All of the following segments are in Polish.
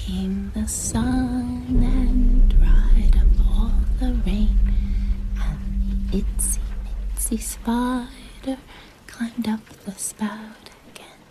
Came the sun and dried up all the rain, and the itsy bitsy spider climbed up the spout again.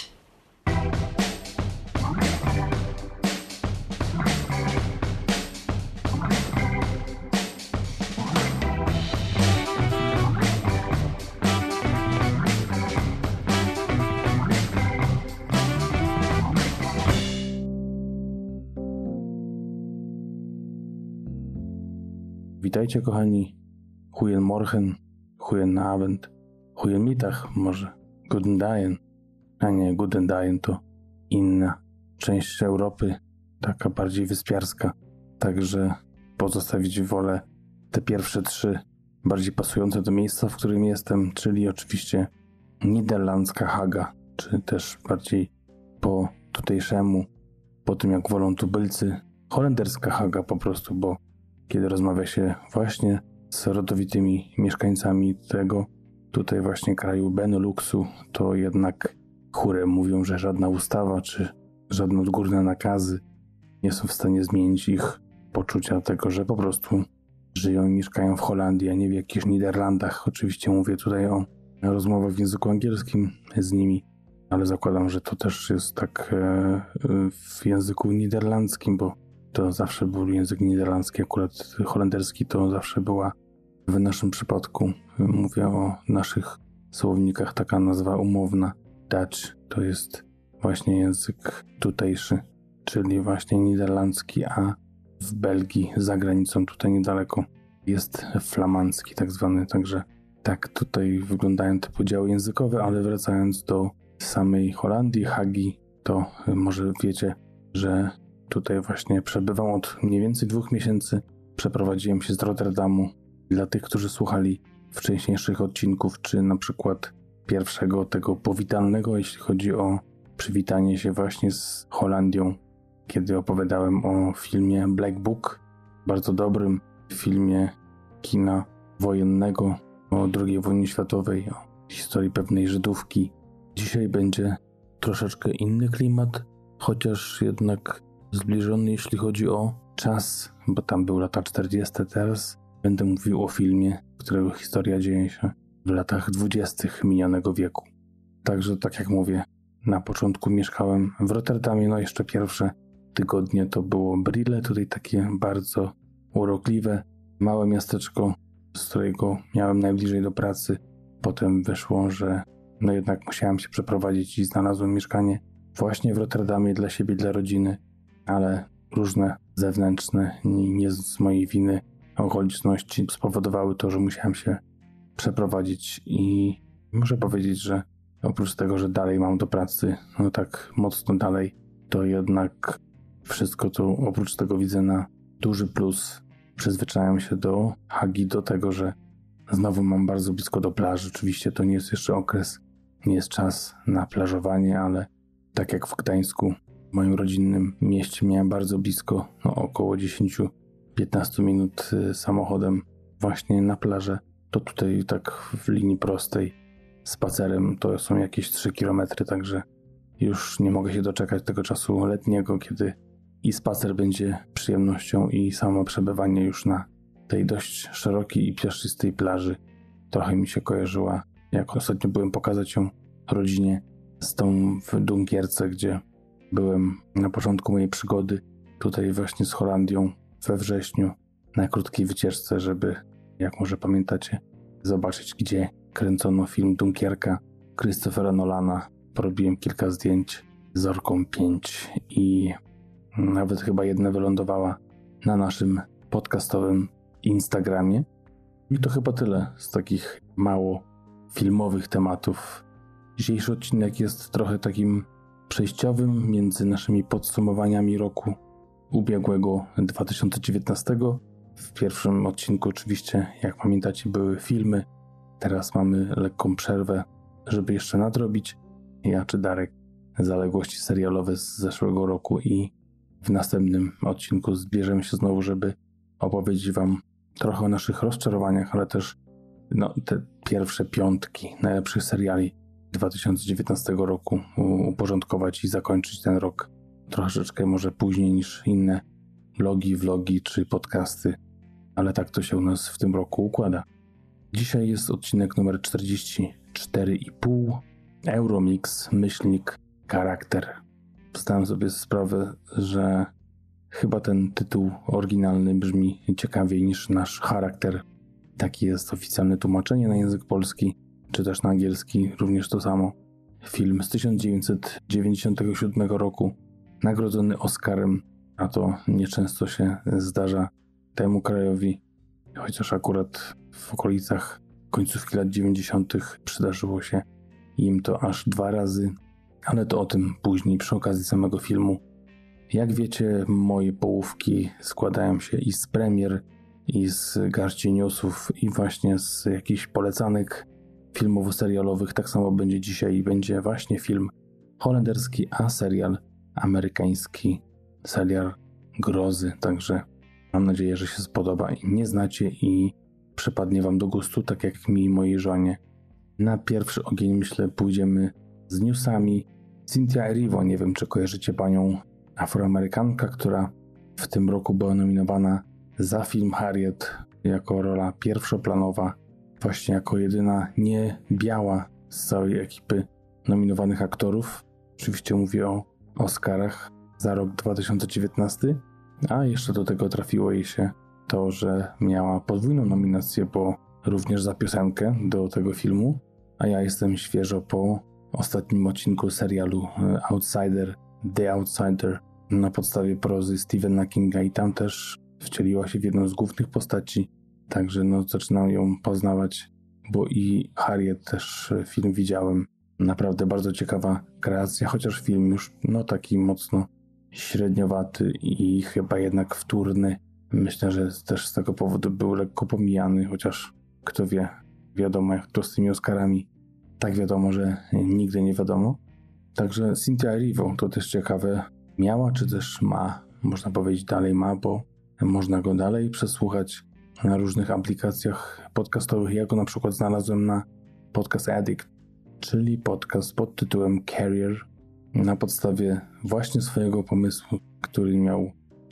Witajcie kochani, Guten Morgen, Guten Abend, Guten Mittag może, Guten Dagen, a nie, Guten Dagen to inna część Europy, taka bardziej wyspiarska, także pozostawić wolę te pierwsze trzy bardziej pasujące do miejsca, w którym jestem, czyli oczywiście niderlandzka Haga, czy też bardziej po tutejszemu, po tym jak wolą tubylcy, holenderska Haga po prostu, bo kiedy rozmawia się właśnie z rodowitymi mieszkańcami tego tutaj właśnie kraju Beneluxu, to jednak chórem mówią, że żadna ustawa czy żadne odgórne nakazy nie są w stanie zmienić ich poczucia tego, że po prostu żyją i mieszkają w Holandii, a nie w jakichś Niderlandach. Oczywiście mówię tutaj o rozmowach w języku angielskim z nimi, ale zakładam, że to też jest tak w języku niderlandzkim, bo to zawsze był język niderlandzki, akurat holenderski to zawsze była w naszym przypadku, mówię o naszych słownikach, taka nazwa umowna. Dutch to jest właśnie język tutejszy, czyli właśnie niderlandzki, a w Belgii, za granicą tutaj niedaleko, jest flamandzki tak zwany, także tak tutaj wyglądają te podziały językowe, ale wracając do samej Holandii, Hagi, to może wiecie, że tutaj właśnie przebywam od mniej więcej 2 miesięcy. Przeprowadziłem się z Rotterdamu. Dla tych, którzy słuchali wcześniejszych odcinków, czy na przykład pierwszego tego powitalnego, jeśli chodzi o przywitanie się właśnie z Holandią, kiedy opowiadałem o filmie Black Book, bardzo dobrym filmie kina wojennego o II wojnie światowej, o historii pewnej Żydówki. Dzisiaj będzie troszeczkę inny klimat, chociaż jednak zbliżony, jeśli chodzi o czas, bo tam były lata 40. Teraz będę mówił o filmie, którego historia dzieje się w latach 20. minionego wieku. Także tak jak mówię, na początku mieszkałem w Rotterdamie, no jeszcze pierwsze tygodnie to było Brille, tutaj takie bardzo urokliwe, małe miasteczko, z którego miałem najbliżej do pracy. Potem wyszło, że no jednak musiałem się przeprowadzić i znalazłem mieszkanie właśnie w Rotterdamie dla siebie, dla rodziny, ale różne zewnętrzne, nie z mojej winy okoliczności spowodowały to, że musiałem się przeprowadzić i muszę powiedzieć, że oprócz tego, że dalej mam do pracy, no tak mocno dalej, to jednak wszystko to oprócz tego widzę na duży plus. Przyzwyczaiłem się do Hagi, do tego, że znowu mam bardzo blisko do plaży. Oczywiście to nie jest jeszcze okres, nie jest czas na plażowanie, ale tak jak w Gdańsku, w moim rodzinnym mieście, miałem bardzo blisko, no około 10-15 minut samochodem właśnie na plażę. To tutaj tak w linii prostej spacerem to są jakieś 3 km, także już nie mogę się doczekać tego czasu letniego, kiedy i spacer będzie przyjemnością i samo przebywanie już na tej dość szerokiej i piaszczystej plaży. Trochę mi się kojarzyła, jak ostatnio byłem pokazać ją rodzinie, z tą w Dunkierce, gdzie byłem na początku mojej przygody tutaj właśnie z Holandią we wrześniu na krótkiej wycieczce, żeby, jak może pamiętacie, zobaczyć, gdzie kręcono film Dunkierka Christophera Nolana. Porobiłem kilka zdjęć z Orką 5 i nawet chyba jedna wylądowała na naszym podcastowym Instagramie. I to chyba tyle z takich mało filmowych tematów. Dzisiejszy odcinek jest trochę takim przejściowym między naszymi podsumowaniami roku ubiegłego 2019. W pierwszym odcinku oczywiście, jak pamiętacie, były filmy. Teraz mamy lekką przerwę, żeby jeszcze nadrobić, ja czy Darek, zaległości serialowe z zeszłego roku i w następnym odcinku zbierzemy się znowu, żeby opowiedzieć wam trochę o naszych rozczarowaniach, ale też te pierwsze 5 najlepszych seriali 2019 roku uporządkować i zakończyć ten rok troszeczkę może później niż inne vlogi czy podcasty, ale tak to się u nas w tym roku układa. Dzisiaj jest odcinek numer 44,5 Euromix charakter. Zdałem sobie sprawę, że chyba ten tytuł oryginalny brzmi ciekawiej niż nasz charakter. Taki jest oficjalne tłumaczenie na język polski, czy też na angielski, również to samo. Film z 1997 roku, nagrodzony Oscarem, a to nieczęsto się zdarza temu krajowi, chociaż akurat w okolicach końcówki lat 90. przydarzyło się im to aż 2 razy, ale to o tym później przy okazji samego filmu. Jak wiecie, moje połówki składają się i z premier, i z garści newsów, i właśnie z jakichś polecanek filmowo-serialowych. Tak samo będzie dzisiaj i będzie właśnie film holenderski, a serial amerykański, serial grozy. Także mam nadzieję, że się spodoba i mnie znacie i przypadnie wam do gustu, tak jak mi i mojej żonie. Na pierwszy ogień, myślę, pójdziemy z newsami. Cynthia Erivo, nie wiem, czy kojarzycie panią, Afroamerykanka, która w tym roku była nominowana za film Harriet jako rola pierwszoplanowa, właśnie jako jedyna nie biała z całej ekipy nominowanych aktorów. Oczywiście mówię o Oscarach za rok 2019, a jeszcze do tego trafiło jej się to, że miała podwójną nominację, bo również za piosenkę do tego filmu, a ja jestem świeżo po ostatnim odcinku serialu The Outsider na podstawie prozy Stephena Kinga i tam też wcieliła się w jedną z głównych postaci, także zaczynam ją poznawać, bo i Harriet też film widziałem. Naprawdę bardzo ciekawa kreacja, chociaż film już taki mocno średniowaty i chyba jednak wtórny. Myślę, że też z tego powodu był lekko pomijany, chociaż kto wie, wiadomo jak to z tymi Oscarami. Tak wiadomo, że nigdy nie wiadomo. Także Cynthia Erivo, to też ciekawe, miała czy też ma, można powiedzieć dalej ma, bo można go dalej przesłuchać na różnych aplikacjach podcastowych. Ja go na przykład znalazłem na Podcast Addict, czyli podcast pod tytułem Carrier, na podstawie właśnie swojego pomysłu, który miał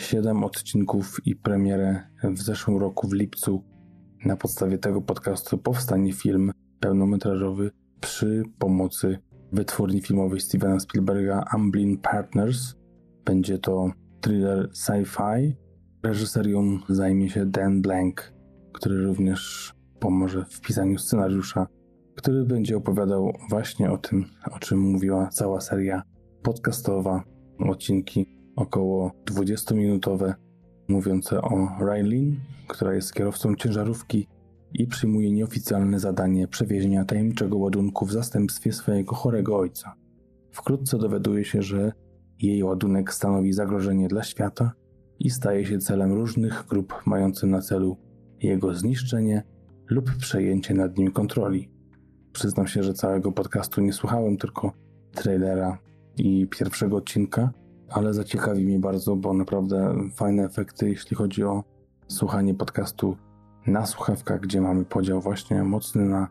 7 odcinków i premierę w zeszłym roku w lipcu. Na podstawie tego podcastu powstanie film pełnometrażowy przy pomocy wytwórni filmowej Stevena Spielberga Amblin Partners. Będzie to thriller sci-fi. Reżyserią zajmie się Dan Blank, który również pomoże w pisaniu scenariusza, który będzie opowiadał właśnie o tym, o czym mówiła cała seria podcastowa. Odcinki około 20-minutowe, mówiące o Raylene, która jest kierowcą ciężarówki i przyjmuje nieoficjalne zadanie przewiezienia tajemniczego ładunku w zastępstwie swojego chorego ojca. Wkrótce dowiaduje się, że jej ładunek stanowi zagrożenie dla świata i staje się celem różnych grup mających na celu jego zniszczenie lub przejęcie nad nim kontroli. Przyznam się, że całego podcastu nie słuchałem, tylko trailera i pierwszego odcinka, ale zaciekawi mnie bardzo, bo naprawdę fajne efekty, jeśli chodzi o słuchanie podcastu na słuchawkach, gdzie mamy podział właśnie mocny na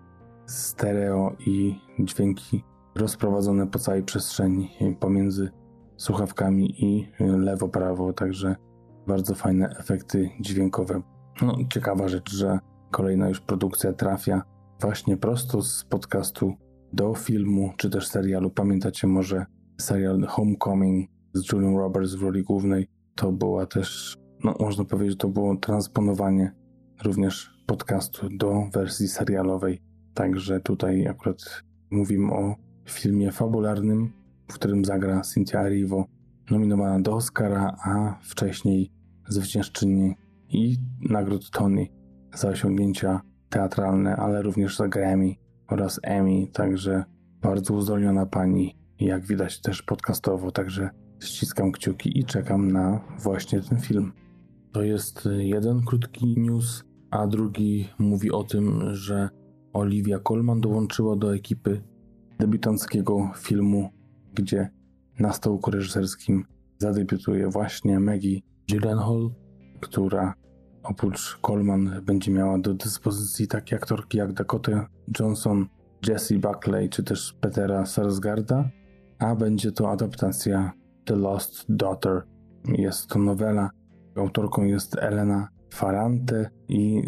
stereo i dźwięki rozprowadzone po całej przestrzeni pomiędzy słuchawkami i lewo-prawo, także bardzo fajne efekty dźwiękowe. Ciekawa rzecz, że kolejna już produkcja trafia właśnie prosto z podcastu do filmu, czy też serialu. Pamiętacie może serial Homecoming z Julią Roberts w roli głównej? To była też, można powiedzieć, że to było transponowanie również podcastu do wersji serialowej. Także tutaj akurat mówimy o filmie fabularnym, w którym zagra Cynthia Erivo, nominowana do Oscara, a wcześniej zwyciężczyni i nagród Tony za osiągnięcia teatralne, ale również za Grammy oraz Emmy, także bardzo uzdolniona pani, jak widać też podcastowo, także ściskam kciuki i czekam na właśnie ten film. To jest jeden krótki news, a drugi mówi o tym, że Olivia Colman dołączyła do ekipy debiutanckiego filmu, gdzie na stołku reżyserskim zadebiutuje właśnie Maggie Gyllenhaal, która oprócz Colman będzie miała do dyspozycji takie aktorki jak Dakota Johnson, Jessie Buckley czy też Petera Sarsgaarda, a będzie to adaptacja The Lost Daughter. Jest to nowela. Autorką jest Elena Ferrante i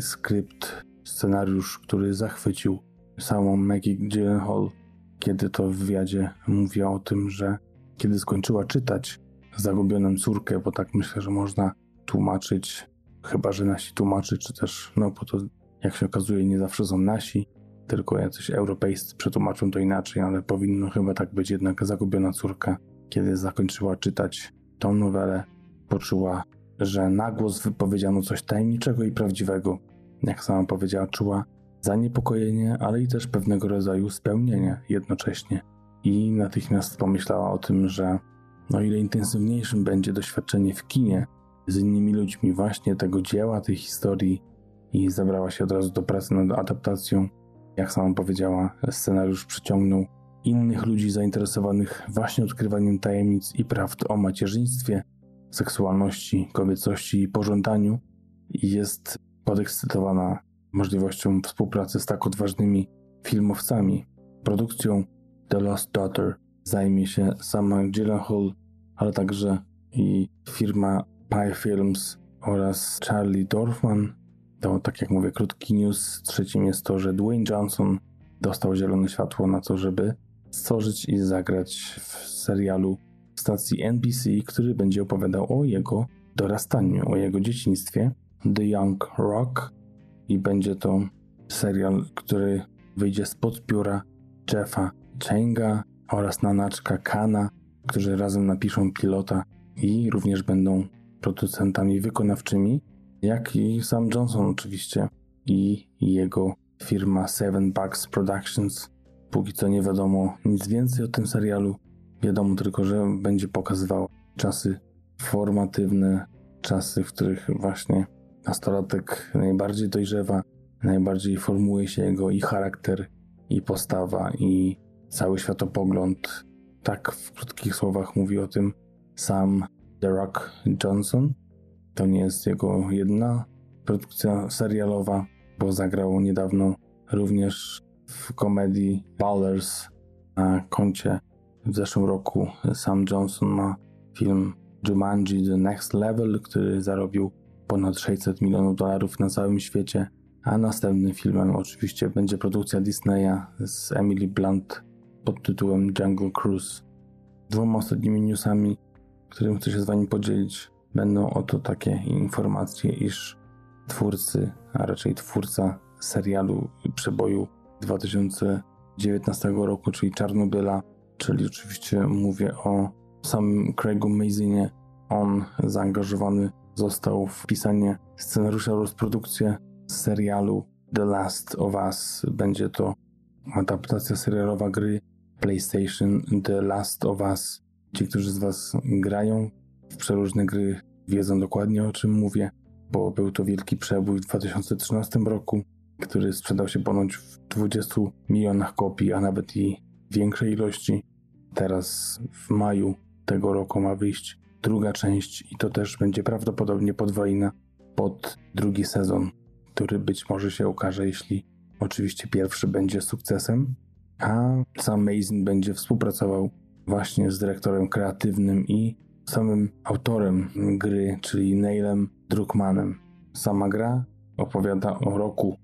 scenariusz, który zachwycił samą Maggie Gyllenhaal, kiedy to w wywiadzie mówiła o tym, że kiedy skończyła czytać Zagubioną córkę, bo tak myślę, że można tłumaczyć, chyba że nasi tłumaczy, czy też, bo to jak się okazuje nie zawsze są nasi, tylko jacyś europejscy przetłumaczą to inaczej, ale powinno chyba tak być jednak Zagubiona córka. Kiedy zakończyła czytać tą nowelę, poczuła, że na głos wypowiedziano coś tajemniczego i prawdziwego. Jak sama powiedziała, czuła zaniepokojenie, ale i też pewnego rodzaju spełnienie jednocześnie. I natychmiast pomyślała o tym, że o ile intensywniejszym będzie doświadczenie w kinie z innymi ludźmi właśnie tego dzieła, tej historii, i zabrała się od razu do pracy nad adaptacją. Jak sama powiedziała, scenariusz przyciągnął innych ludzi zainteresowanych właśnie odkrywaniem tajemnic i prawd o macierzyństwie, seksualności, kobiecości i pożądaniu i jest podekscytowana możliwością współpracy z tak odważnymi filmowcami. Produkcją The Lost Daughter zajmie się sama Gyllenhaal, ale także i firma Pie Films oraz Charlie Dorfman. To, tak jak mówię, krótki news. Trzecim jest to, że Dwayne Johnson dostał zielone światło na to, żeby stworzyć i zagrać w serialu stacji NBC, który będzie opowiadał o jego dorastaniu, o jego dzieciństwie, The Young Rock, i będzie to serial, który wyjdzie spod pióra Jeffa Changa oraz Nanaczka Kana, którzy razem napiszą pilota i również będą producentami wykonawczymi, jak i sam Johnson oczywiście i jego firma Seven Bucks Productions. Póki co nie wiadomo nic więcej o tym serialu. Wiadomo tylko, że będzie pokazywał czasy formatywne, czasy, w których właśnie nastolatek najbardziej dojrzewa, najbardziej formuje się jego i charakter, i postawa, i cały światopogląd. Tak w krótkich słowach mówi o tym sam The Rock Johnson. To nie jest jego jedna produkcja serialowa, bo zagrał niedawno również w komedii Ballers. Na koncie w zeszłym roku sam Johnson ma film Jumanji The Next Level, który zarobił ponad $600 milionów na całym świecie, a następnym filmem oczywiście będzie produkcja Disneya z Emily Blunt pod tytułem Jungle Cruise. Dwoma ostatnimi newsami, którym chcę się z wami podzielić, będą oto takie informacje, iż twórcy, a raczej twórca serialu Przeboju 2019 roku, czyli Czarnobyla, czyli oczywiście mówię o samym Craigu Mazinie. On zaangażowany został w pisanie scenariusza oraz produkcję serialu The Last of Us. Będzie to adaptacja serialowa gry PlayStation The Last of Us. Ci, którzy z was grają w przeróżne gry, wiedzą dokładnie, o czym mówię, bo był to wielki przebój w 2013 roku, który sprzedał się ponoć w 20 milionach kopii, a nawet i większej ilości. Teraz w maju tego roku ma wyjść druga część i to też będzie prawdopodobnie podwojna pod drugi sezon, który być może się ukaże, jeśli oczywiście pierwszy będzie sukcesem, a sam Mazin będzie współpracował właśnie z dyrektorem kreatywnym i samym autorem gry, czyli Neilem Druckmannem. Sama gra opowiada o roku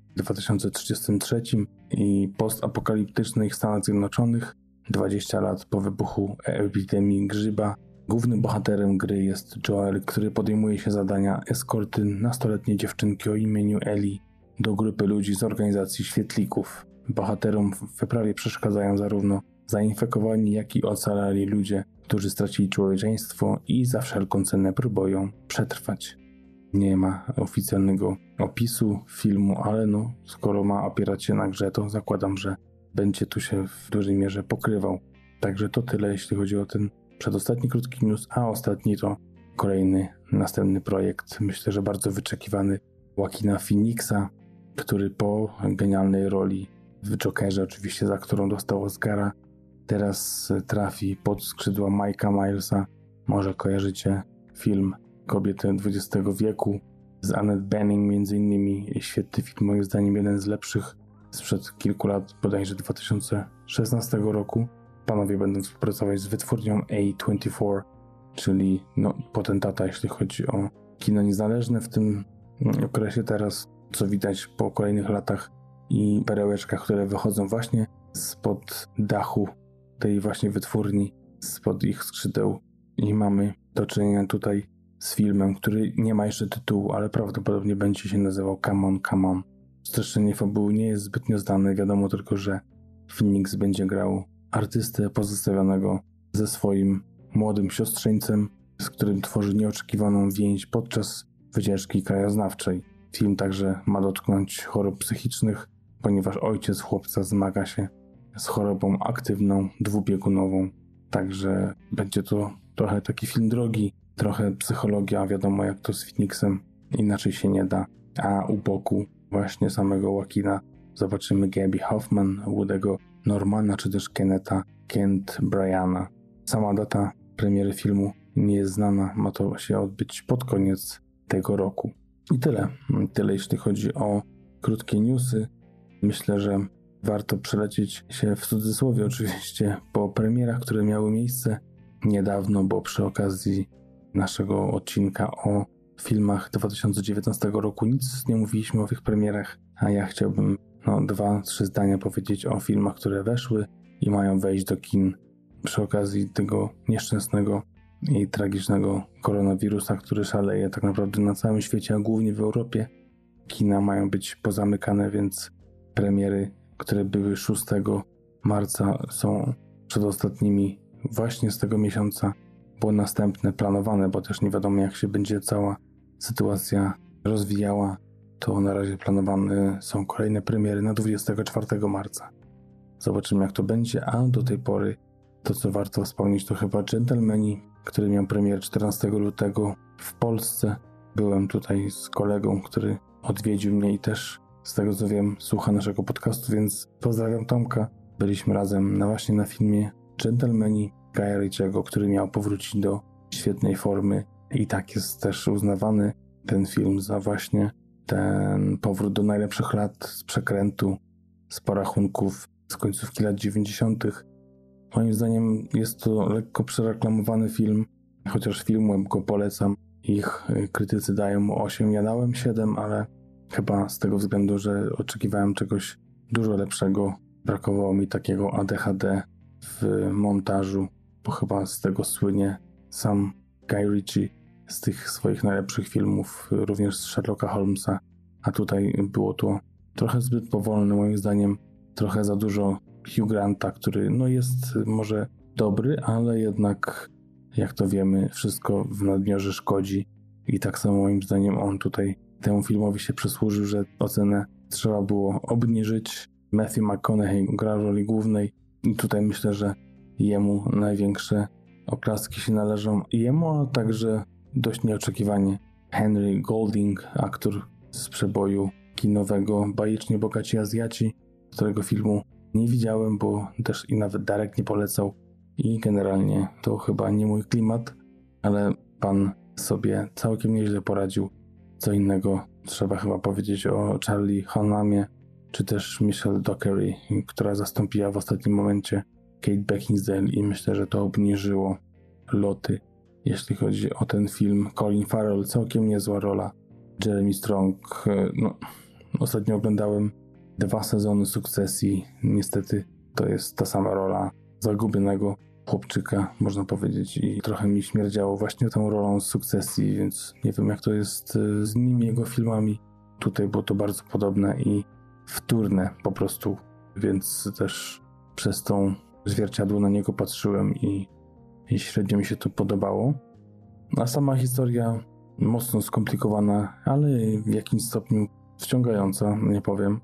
2033 i postapokaliptycznych Stanach Zjednoczonych, 20 lat po wybuchu epidemii grzyba. Głównym bohaterem gry jest Joel, który podejmuje się zadania eskorty nastoletniej dziewczynki o imieniu Ellie do grupy ludzi z organizacji Świetlików. Bohaterom w wyprawie przeszkadzają zarówno zainfekowani, jak i ocalali ludzie, którzy stracili człowieczeństwo i za wszelką cenę próbują przetrwać. Nie ma oficjalnego opisu filmu, ale skoro ma opierać się na grze, to zakładam, że będzie tu się w dużej mierze pokrywał. Także to tyle, jeśli chodzi o ten przedostatni krótki news, a ostatni to kolejny, następny projekt, myślę, że bardzo wyczekiwany, Joaquina Phoenixa, który po genialnej roli w Jokerze, oczywiście za którą dostał Oscara, teraz trafi pod skrzydła Mike'a Milesa. Może kojarzycie film Kobiety XX wieku z Annette Bening między innymi. Świetny film, moim zdaniem jeden z lepszych sprzed kilku lat, bodajże 2016 roku. Panowie będą współpracować z wytwórnią A24 czyli potentata, jeśli chodzi o kino niezależne w tym okresie teraz, co widać po kolejnych latach i perełeczkach, które wychodzą właśnie spod dachu tej właśnie wytwórni, spod ich skrzydeł. I mamy do czynienia tutaj z filmem, który nie ma jeszcze tytułu, ale prawdopodobnie będzie się nazywał Come On, Come On. Streszczenie fabuły nie jest zbytnio znane, wiadomo tylko, że Phoenix będzie grał artystę pozostawionego ze swoim młodym siostrzeńcem, z którym tworzy nieoczekiwaną więź podczas wycieczki krajoznawczej. Film także ma dotknąć chorób psychicznych, ponieważ ojciec chłopca zmaga się z chorobą aktywną, dwubiegunową. Także będzie to trochę taki film drogi, trochę psychologia, wiadomo jak to z Phoenixem, inaczej się nie da. A u boku właśnie samego Joaquina zobaczymy Gaby Hoffman, Woody'ego Normana, czy też Kent Bryana. Sama data premiery filmu nie jest znana, ma to się odbyć pod koniec tego roku. I tyle jeśli chodzi o krótkie newsy. Myślę, że warto przelecieć się w cudzysłowie oczywiście po premierach, które miały miejsce niedawno, bo przy okazji naszego odcinka o filmach 2019 roku nic nie mówiliśmy o tych premierach, a ja chciałbym 2-3 zdania powiedzieć o filmach, które weszły i mają wejść do kin przy okazji tego nieszczęsnego i tragicznego koronawirusa, który szaleje tak naprawdę na całym świecie, a głównie w Europie. Kina mają być pozamykane, więc premiery, które były 6 marca, są przedostatnimi właśnie z tego miesiąca, bo następne planowane, bo też nie wiadomo jak się będzie cała sytuacja rozwijała, to na razie planowane są kolejne premiery na 24 marca. Zobaczymy jak to będzie, a do tej pory to co warto wspomnieć to chyba Gentlemani, który miał premierę 14 lutego w Polsce. Byłem tutaj z kolegą, który odwiedził mnie i też z tego co wiem słucha naszego podcastu, więc pozdrawiam Tomka. Byliśmy razem właśnie na filmie Gentlemani Guya Ritchiego, który miał powrócić do świetnej formy i tak jest też uznawany ten film za właśnie ten powrót do najlepszych lat z przekrętu, z porachunków z końcówki lat 90. Moim zdaniem jest to lekko przereklamowany film, chociaż filmem go polecam. Ich krytycy dają mu 8, ja dałem 7, ale chyba z tego względu, że oczekiwałem czegoś dużo lepszego. Brakowało mi takiego ADHD w montażu, bo chyba z tego słynie sam Guy Ritchie z tych swoich najlepszych filmów, również z Sherlocka Holmesa, a tutaj było to trochę zbyt powolne moim zdaniem, trochę za dużo Hugh Granta, który jest może dobry, ale jednak jak to wiemy wszystko w nadmiarze szkodzi i tak samo moim zdaniem on tutaj temu filmowi się przysłużył, że ocenę trzeba było obniżyć. Matthew McConaughey gra w roli głównej i tutaj myślę, że jemu największe oklaski się należą. Jemu, a także dość nieoczekiwanie Henry Golding, aktor z przeboju kinowego Bajecznie Bogaci Azjaci, którego filmu nie widziałem, bo też i nawet Darek nie polecał i generalnie to chyba nie mój klimat, ale pan sobie całkiem nieźle poradził. Co innego trzeba chyba powiedzieć o Charlie Hunnamie, czy też Michelle Dockery, która zastąpiła w ostatnim momencie Kate Beckinsale i myślę, że to obniżyło loty, jeśli chodzi o ten film. Colin Farrell, całkiem niezła rola. Jeremy Strong, ostatnio oglądałem 2 sezony Sukcesji. Niestety to jest ta sama rola zagubionego chłopczyka, można powiedzieć, i trochę mi śmierdziało właśnie tą rolą z Sukcesji, więc nie wiem jak to jest z innymi jego filmami. Tutaj było to bardzo podobne i wtórne po prostu, więc też przez tą zwierciadło na niego patrzyłem i średnio mi się to podobało. A sama historia mocno skomplikowana, ale w jakimś stopniu wciągająca, nie powiem.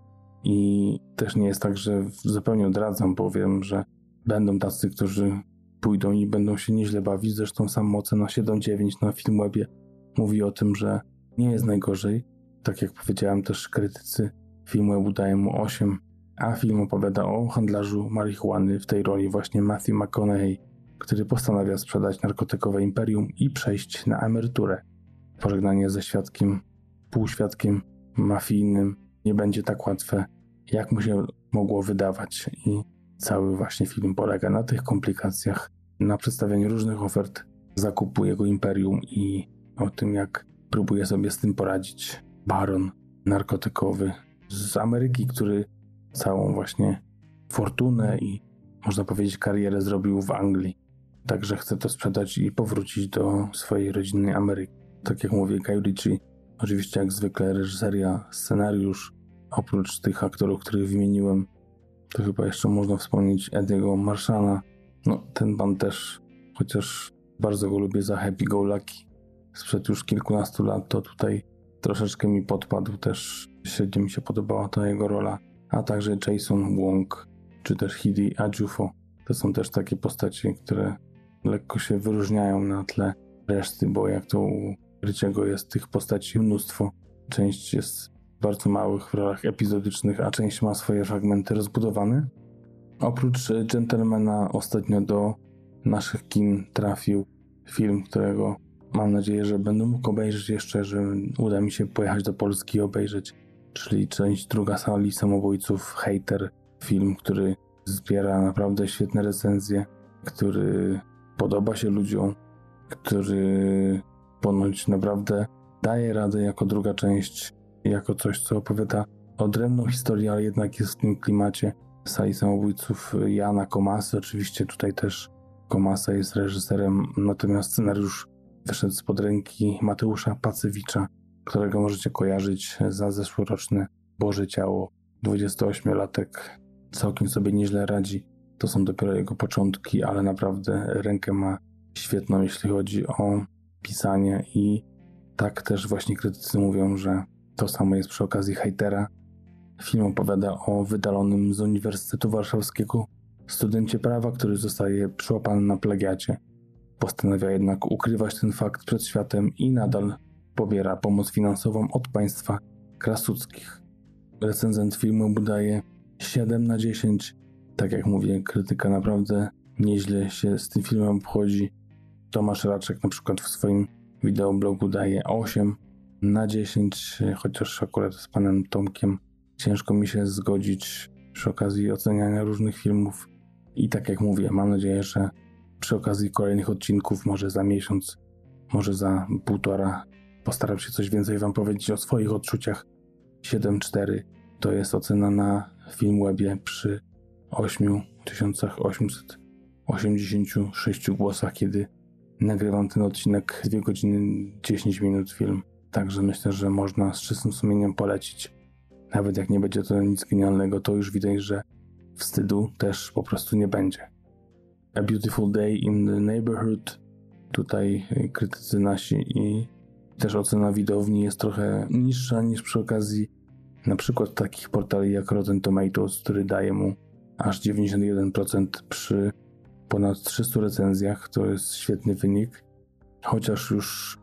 I też nie jest tak, że zupełnie odradzam, bo wiem, że będą tacy, którzy pójdą i będą się nieźle bawić. Zresztą sama ocena 7,9 na Filmwebie mówi o tym, że nie jest najgorzej. Tak jak powiedziałem, też krytycy Filmwebu dają mu 8, a film opowiada o handlarzu marihuany, w tej roli właśnie Matthew McConaughey, który postanawia sprzedać narkotykowe imperium i przejść na emeryturę. Pożegnanie ze świadkiem, półświadkiem mafijnym nie będzie tak łatwe, jak mu się mogło wydawać, i cały właśnie film polega na tych komplikacjach, na przedstawianiu różnych ofert zakupu jego imperium i o tym, jak próbuje sobie z tym poradzić baron narkotykowy z Ameryki, który całą właśnie fortunę i można powiedzieć karierę zrobił w Anglii. Także chce to sprzedać i powrócić do swojej rodzinnej Ameryki. Tak jak mówię, Guy Ritchie, oczywiście jak zwykle reżyseria, scenariusz, oprócz tych aktorów, których wymieniłem, to chyba jeszcze można wspomnieć Ediego Marshalla. No, ten pan też, chociaż bardzo go lubię za Happy Go Lucky sprzed już kilkunastu lat, to tutaj troszeczkę mi podpadł, też średnio mi się podobała ta jego rola, a także Jason Wong, czy też Hidi Adjufo. To są też takie postacie, które lekko się wyróżniają na tle reszty, bo jak to u Richiego jest tych postaci mnóstwo. Część jest bardzo małych w rolach epizodycznych, a część ma swoje fragmenty rozbudowane. Oprócz Gentlemana ostatnio do naszych kin trafił film, którego mam nadzieję, że będę mógł obejrzeć jeszcze, że uda mi się pojechać do Polski i obejrzeć, czyli część druga Sali Samobójców, Hater, film, który zbiera naprawdę świetne recenzje, który podoba się ludziom, który ponoć naprawdę daje radę jako druga część, jako coś, co opowiada odrębną historię, ale jednak jest w tym klimacie Sali Samobójców Jana Komasy. Oczywiście tutaj też Komasa jest reżyserem, natomiast scenariusz wyszedł spod ręki Mateusza Pacewicza, którego możecie kojarzyć za zeszłoroczne Boże Ciało. 28-latek całkiem sobie nieźle radzi. To są dopiero jego początki, ale naprawdę rękę ma świetną, jeśli chodzi o pisanie i tak też właśnie krytycy mówią, że to samo jest przy okazji Hejtera. Film opowiada o wydalonym z Uniwersytetu Warszawskiego studencie prawa, który zostaje przyłapany na plagiacie. Postanawia jednak ukrywać ten fakt przed światem i nadal pobiera pomoc finansową od państwa krasuckich. Recenzent filmu mu daje 7/10. Tak jak mówię, krytyka naprawdę nieźle się z tym filmem obchodzi. Tomasz Raczek na przykład w swoim wideoblogu daje 8/10, chociaż akurat z panem Tomkiem ciężko mi się zgodzić przy okazji oceniania różnych filmów. I tak jak mówię, mam nadzieję, że przy okazji kolejnych odcinków, może za miesiąc, może za 1,5, postaram się coś więcej wam powiedzieć o swoich odczuciach. 7,4 to jest ocena na Filmwebie przy 8886 głosach, kiedy nagrywam ten odcinek 2 godziny 10 minut film. Także myślę, że można z czystym sumieniem polecić. Nawet jak nie będzie to nic genialnego, to już widać, że wstydu też po prostu nie będzie. A Beautiful Day in the Neighborhood. Tutaj krytycy nasi i też ocena widowni jest trochę niższa niż przy okazji na przykład takich portali jak Rotten Tomatoes, który daje mu aż 91% przy ponad 300 recenzjach. To jest świetny wynik. Chociaż już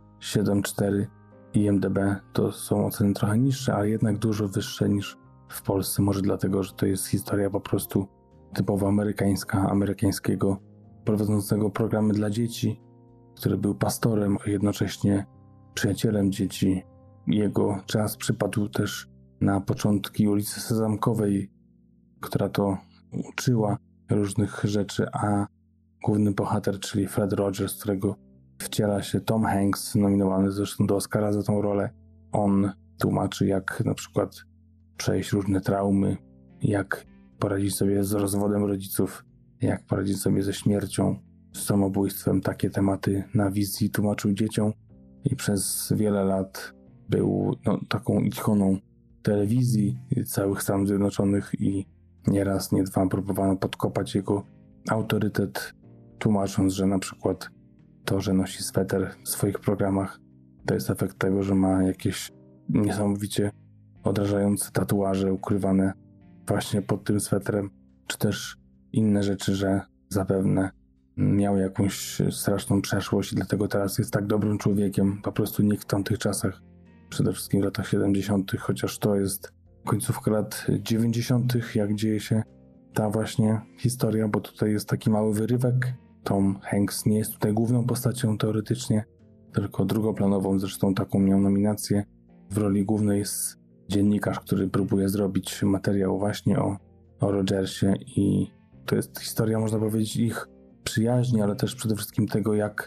7,4 i IMDb to są oceny trochę niższe, ale jednak dużo wyższe niż w Polsce. Może dlatego, że to jest historia po prostu typowo amerykańska, amerykańskiego prowadzącego programy dla dzieci, który był pastorem, a jednocześnie przyjacielem dzieci. Jego czas przypadł też na początki ulicy Sezamkowej, która to uczyła różnych rzeczy, a główny bohater, czyli Fred Rogers, którego wciela się Tom Hanks, nominowany zresztą do Oscara za tą rolę, on tłumaczy, jak na przykład przejść różne traumy, jak poradzić sobie z rozwodem rodziców, jak poradzić sobie ze śmiercią, z samobójstwem. Takie tematy na wizji tłumaczył dzieciom i przez wiele lat był taką ikoną telewizji całych Stanów Zjednoczonych i nieraz, nie dwa próbowano podkopać jego autorytet, tłumacząc, że na przykład to, że nosi sweter w swoich programach, to jest efekt tego, że ma jakieś niesamowicie odrażające tatuaże ukrywane właśnie pod tym swetrem, czy też inne rzeczy, że zapewne miał jakąś straszną przeszłość i dlatego teraz jest tak dobrym człowiekiem. Po prostu nikt w tamtych czasach, przede wszystkim w latach 70., chociaż to jest końcówka lat 90., jak dzieje się ta właśnie historia, bo tutaj jest taki mały wyrywek. Tom Hanks nie jest tutaj główną postacią teoretycznie, tylko drugoplanową. Zresztą taką miał nominację. W roli głównej jest dziennikarz, który próbuje zrobić materiał właśnie o Rogersie i to jest historia, można powiedzieć, ich przyjaźni, ale też przede wszystkim tego, jak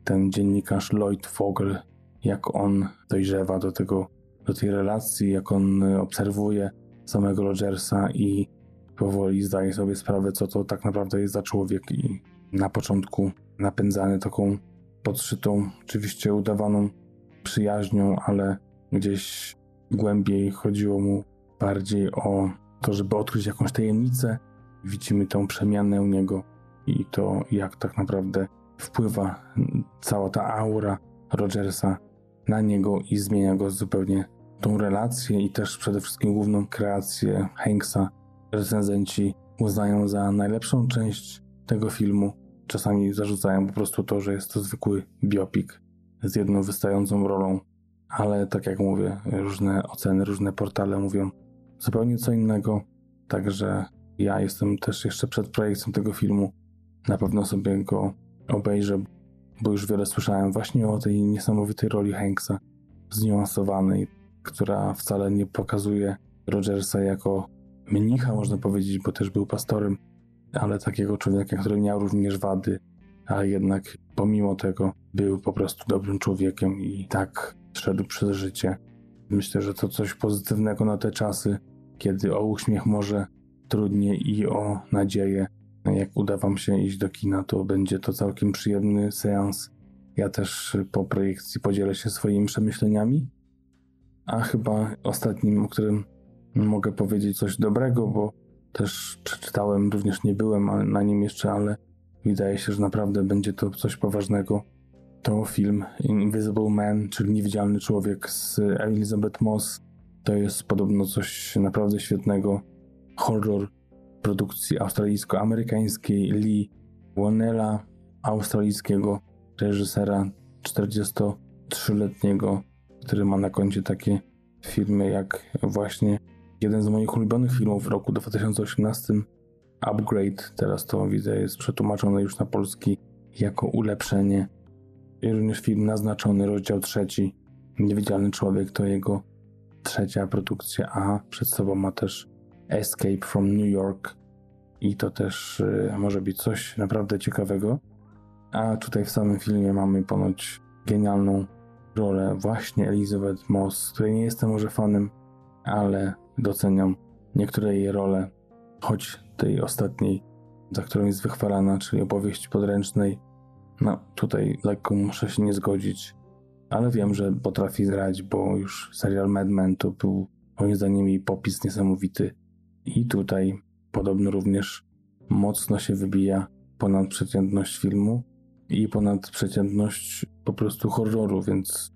ten dziennikarz Lloyd Fogel, jak on dojrzewa do tej relacji, jak on obserwuje samego Rogersa i powoli zdaje sobie sprawę, co to tak naprawdę jest za człowiek i na początku napędzany taką podszytą, oczywiście udawaną przyjaźnią, ale gdzieś głębiej chodziło mu bardziej o to, żeby odkryć jakąś tajemnicę. Widzimy tą przemianę u niego i to, jak tak naprawdę wpływa cała ta aura Rogersa na niego i zmienia go zupełnie tą relację i też przede wszystkim główną kreację Hanksa. Recenzenci uznają za najlepszą część tego filmu. Czasami zarzucają po prostu to, że jest to zwykły biopic z jedną wystającą rolą, ale tak jak mówię, różne oceny, różne portale mówią zupełnie co innego, także ja jestem też jeszcze przed projekcją tego filmu. Na pewno sobie go obejrzę, bo już wiele słyszałem właśnie o tej niesamowitej roli Hanksa, zniuansowanej, która wcale nie pokazuje Rogersa jako mnicha, można powiedzieć, bo też był pastorem, ale takiego człowieka, który miał również wady, ale jednak pomimo tego był po prostu dobrym człowiekiem i tak szedł przez życie. Myślę, że to coś pozytywnego na te czasy, kiedy o uśmiech może trudniej i o nadzieję. Jak uda wam się iść do kina, to będzie to całkiem przyjemny seans. Ja też po projekcji podzielę się swoimi przemyśleniami. A chyba ostatnim, o którym mogę powiedzieć coś dobrego, bo też przeczytałem, również nie byłem na nim jeszcze, ale wydaje się, że naprawdę będzie to coś poważnego. To film Invisible Man, czyli Niewidzialny Człowiek z Elisabeth Moss. To jest podobno coś naprawdę świetnego. Horror produkcji australijsko-amerykańskiej Lee Whannella, australijskiego reżysera 43-letniego, który ma na koncie takie filmy jak właśnie jeden z moich ulubionych filmów w roku 2018, Upgrade. Teraz to widzę, jest przetłumaczone już na polski jako Ulepszenie. I również film Naznaczony, rozdział 3, Niewidzialny Człowiek, to jego trzecia produkcja, a przed sobą ma też Escape from New York i to też może być coś naprawdę ciekawego. A tutaj w samym filmie mamy ponoć genialną rolę właśnie Elisabeth Moss, której nie jestem może fanem, ale doceniam niektóre jej role, choć tej ostatniej, za którą jest wychwalana, czyli Opowieści podręcznej. No tutaj lekko muszę się nie zgodzić, ale wiem, że potrafi grać, bo już serial Mad Men to był moim zdaniem jej popis niesamowity. I tutaj podobno również mocno się wybija ponad przeciętność filmu i ponad przeciętność po prostu horroru, więc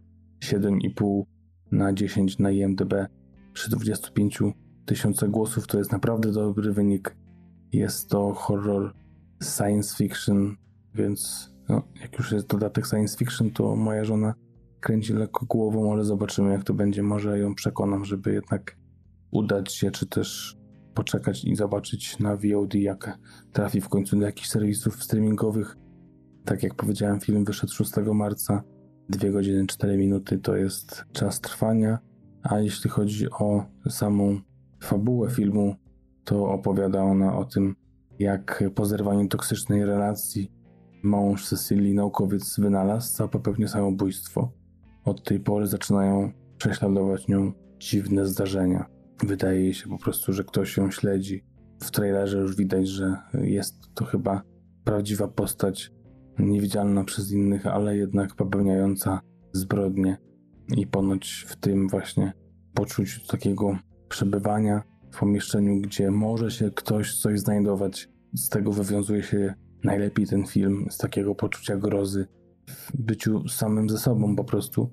7,5 na 10 na IMDb przy 25 000 głosów to jest naprawdę dobry wynik. Jest to horror science fiction, więc no, jak już jest dodatek science fiction, to moja żona kręci lekko głową, ale zobaczymy jak to będzie. Może ją przekonam, żeby jednak udać się, czy też poczekać i zobaczyć na VOD, jak trafi w końcu do jakichś serwisów streamingowych. Tak jak powiedziałem, film wyszedł 6 marca, 2 godziny 4 minuty to jest czas trwania, a jeśli chodzi o samą fabułę filmu, to opowiada ona o tym, jak po zerwaniu toksycznej relacji mąż Cecilii, naukowiec, wynalazca, popełnił samobójstwo. Od tej pory zaczynają prześladować nią dziwne zdarzenia. Wydaje jej się po prostu, że ktoś ją śledzi. W trailerze już widać, że jest to chyba prawdziwa postać, niewidzialna przez innych, ale jednak popełniająca zbrodnie. I ponoć w tym właśnie poczuciu takiego przebywania w pomieszczeniu, gdzie może się ktoś coś znajdować, z tego wywiązuje się najlepiej ten film, z takiego poczucia grozy w byciu samym ze sobą po prostu.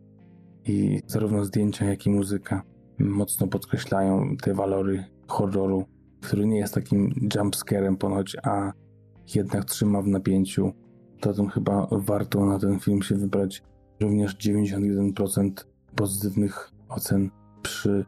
I zarówno zdjęcia, jak i muzyka mocno podkreślają te walory horroru, który nie jest takim jumpscarem ponoć, a jednak trzyma w napięciu. Zatem chyba warto na ten film się wybrać. Również 91% pozytywnych ocen przy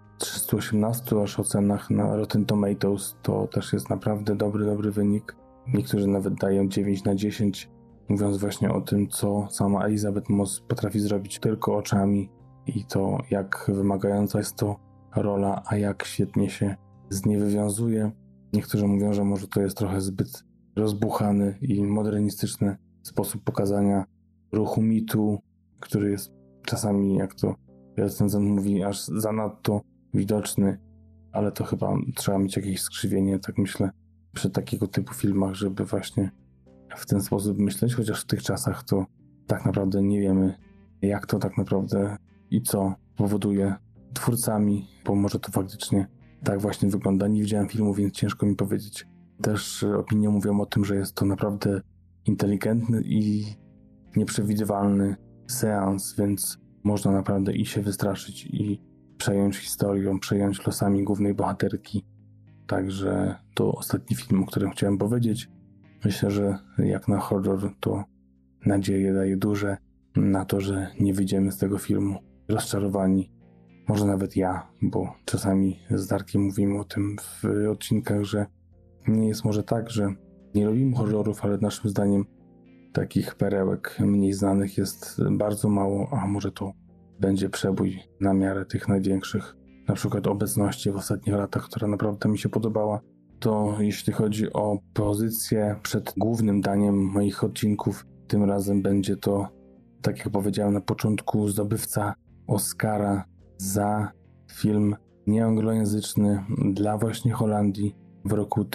318 aż ocenach na Rotten Tomatoes. To też jest naprawdę dobry wynik. Niektórzy nawet dają 9 na 10, mówiąc właśnie o tym, co sama Elisabeth Moss potrafi zrobić tylko oczami i to, jak wymagająca jest to rola, a jak świetnie się z niej wywiązuje. Niektórzy mówią, że może to jest trochę zbyt rozbuchany i modernistyczny sposób pokazania ruchu mitu, który jest czasami, jak to recenzent mówi, aż zanadto widoczny, ale to chyba trzeba mieć jakieś skrzywienie, tak myślę, przy takiego typu filmach, żeby właśnie w ten sposób myśleć, chociaż w tych czasach to tak naprawdę nie wiemy, jak to tak naprawdę i co powoduje twórcami, bo może to faktycznie tak właśnie wygląda. Nie widziałem filmu, więc ciężko mi powiedzieć. Też opinie mówią o tym, że jest to naprawdę inteligentny i nieprzewidywalny seans, więc można naprawdę i się wystraszyć, i przejąć historią, przejąć losami głównej bohaterki. Także to ostatni film, o którym chciałem powiedzieć. Myślę, że jak na horror to nadzieję daje duże na to, że nie wyjdziemy z tego filmu rozczarowani. Może nawet ja, bo czasami z Darkiem mówimy o tym w odcinkach, że nie jest może tak, że nie lubimy horrorów, ale naszym zdaniem takich perełek mniej znanych jest bardzo mało, a może to będzie przebój na miarę tych największych. Na przykład Obecności w ostatnich latach, która naprawdę mi się podobała. To jeśli chodzi o pozycję przed głównym daniem moich odcinków, tym razem będzie to, tak jak powiedziałem na początku, zdobywca Oscara za film nieanglojęzyczny dla właśnie Holandii w roku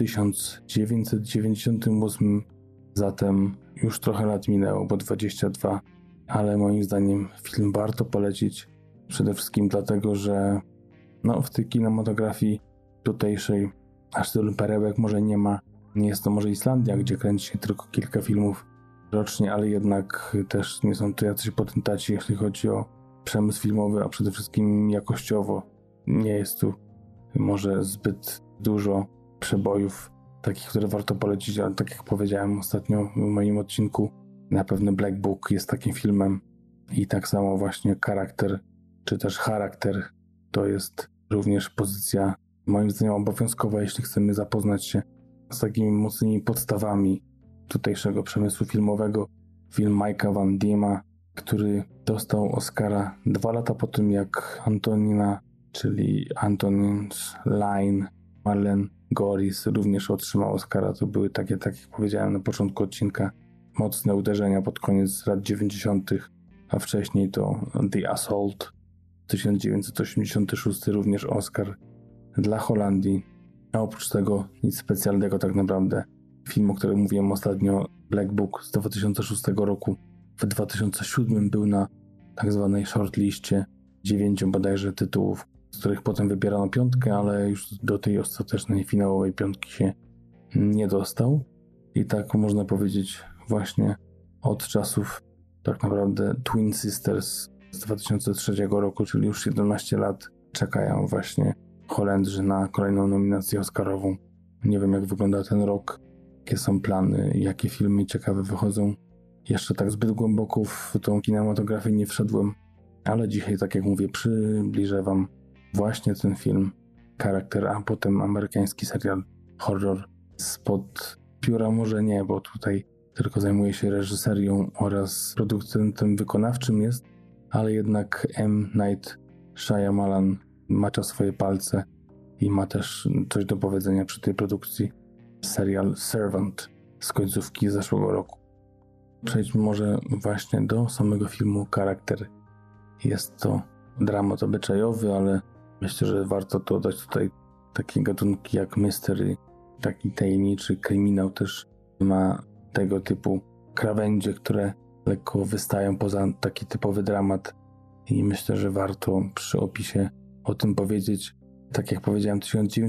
1998. Zatem już trochę lat minęło, bo 22, ale moim zdaniem film warto polecić. Przede wszystkim dlatego, że w tej kinematografii tutejszej aż tylu perełek może nie ma. Nie jest to może Islandia, gdzie kręci się tylko kilka filmów rocznie, ale jednak też nie są to jacyś potentaci, jeśli chodzi o przemysł filmowy, a przede wszystkim jakościowo. Nie jest tu może zbyt dużo przebojów takich, które warto polecić, ale tak jak powiedziałem ostatnio w moim odcinku, na pewno Black Book jest takim filmem i tak samo właśnie Charakter, czy też Charakter to jest również pozycja moim zdaniem obowiązkowa, jeśli chcemy zapoznać się z takimi mocnymi podstawami tutejszego przemysłu filmowego. Film Mike'a Van Diema, który dostał Oscara 2 lata po tym, jak Antonina, czyli Antonin's Line, Marlene Goris również otrzymał Oscara. To były takie, tak jak powiedziałem na początku odcinka, mocne uderzenia pod koniec lat 90., a wcześniej to The Assault 1986, również Oscar dla Holandii. A oprócz tego nic specjalnego tak naprawdę. Film, o którym mówiłem ostatnio, Black Book z 2006 roku, w 2007 był na tak zwanej shortliście 9 bodajże tytułów, z których potem wybierano 5, ale już do tej ostatecznej finałowej 5 się nie dostał. I tak można powiedzieć właśnie od czasów tak naprawdę Twin Sisters z 2003 roku, czyli już 17 lat czekają właśnie Holendrzy na kolejną nominację oscarową. Nie wiem, jak wygląda ten rok, jakie są plany, jakie filmy ciekawe wychodzą. Jeszcze tak zbyt głęboko w tą kinematografię nie wszedłem, ale dzisiaj, tak jak mówię, przybliżę wam właśnie ten film Charakter, a potem amerykański serial horror spod pióra może nie, bo tutaj tylko zajmuje się reżyserią oraz producentem wykonawczym jest, ale jednak M. Night Shyamalan macza swoje palce i ma też coś do powiedzenia przy tej produkcji. Serial Servant z końcówki zeszłego roku. Przejdźmy może właśnie do samego filmu Charakter. Jest to dramat obyczajowy, ale myślę, że warto dodać tutaj takie gatunki jak mystery, taki tajemniczy kryminał też ma tego typu krawędzie, które lekko wystają poza taki typowy dramat i myślę, że warto przy opisie o tym powiedzieć. Tak jak powiedziałem,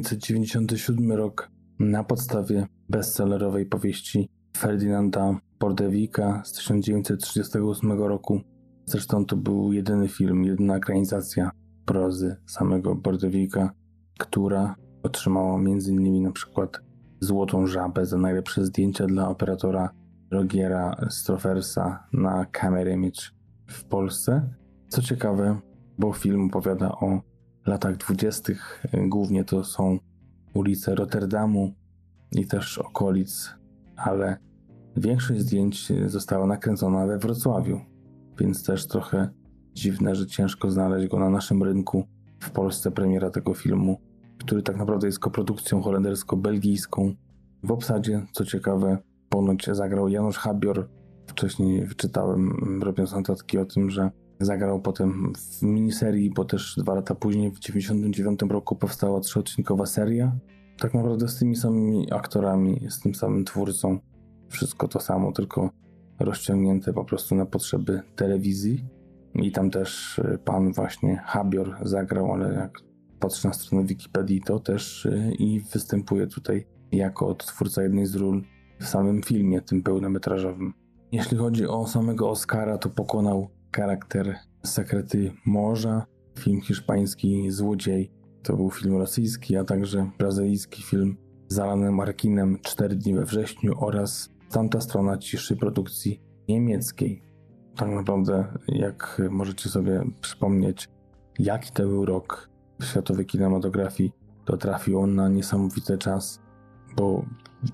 1997 rok na podstawie bestsellerowej powieści Ferdynanda Bordewika z 1938 roku. Zresztą to był jedyny film, jedyna ekranizacja prozy samego Bordewika, która otrzymała m.in. na przykład Złotą Żabę za najlepsze zdjęcia dla operatora Rogiera Strofersa na Camera Image w Polsce. Co ciekawe, bo film opowiada o latach 20. Głównie to są ulice Rotterdamu i też okolic, ale większość zdjęć została nakręcona we Wrocławiu, więc też trochę dziwne, że ciężko znaleźć go na naszym rynku. W Polsce premiera tego filmu, który tak naprawdę jest koprodukcją holendersko-belgijską. W obsadzie, co ciekawe, ponoć zagrał Janusz Habior, wcześniej wyczytałem, robiąc notatki o tym, że zagrał potem w miniserii, bo też 2 lata później, w 1999 roku powstała 3-odcinkowa seria. Tak naprawdę z tymi samymi aktorami, z tym samym twórcą. Wszystko to samo, tylko rozciągnięte po prostu na potrzeby telewizji. I tam też pan właśnie Habior zagrał, ale jak patrzę na stronę Wikipedii, to też i występuje tutaj jako odtwórca jednej z ról w samym filmie, tym pełnometrażowym. Jeśli chodzi o samego Oscara, to pokonał charakter Sekrety Morza, film hiszpański Złodziej. To był film rosyjski, a także brazylijski film z Alanem Arkinem 4 dni we wrześniu oraz Tamta strona ciszy produkcji niemieckiej. Tak naprawdę, jak możecie sobie przypomnieć, jaki to był rok w światowej kinematografii, to trafił on na niesamowity czas, bo w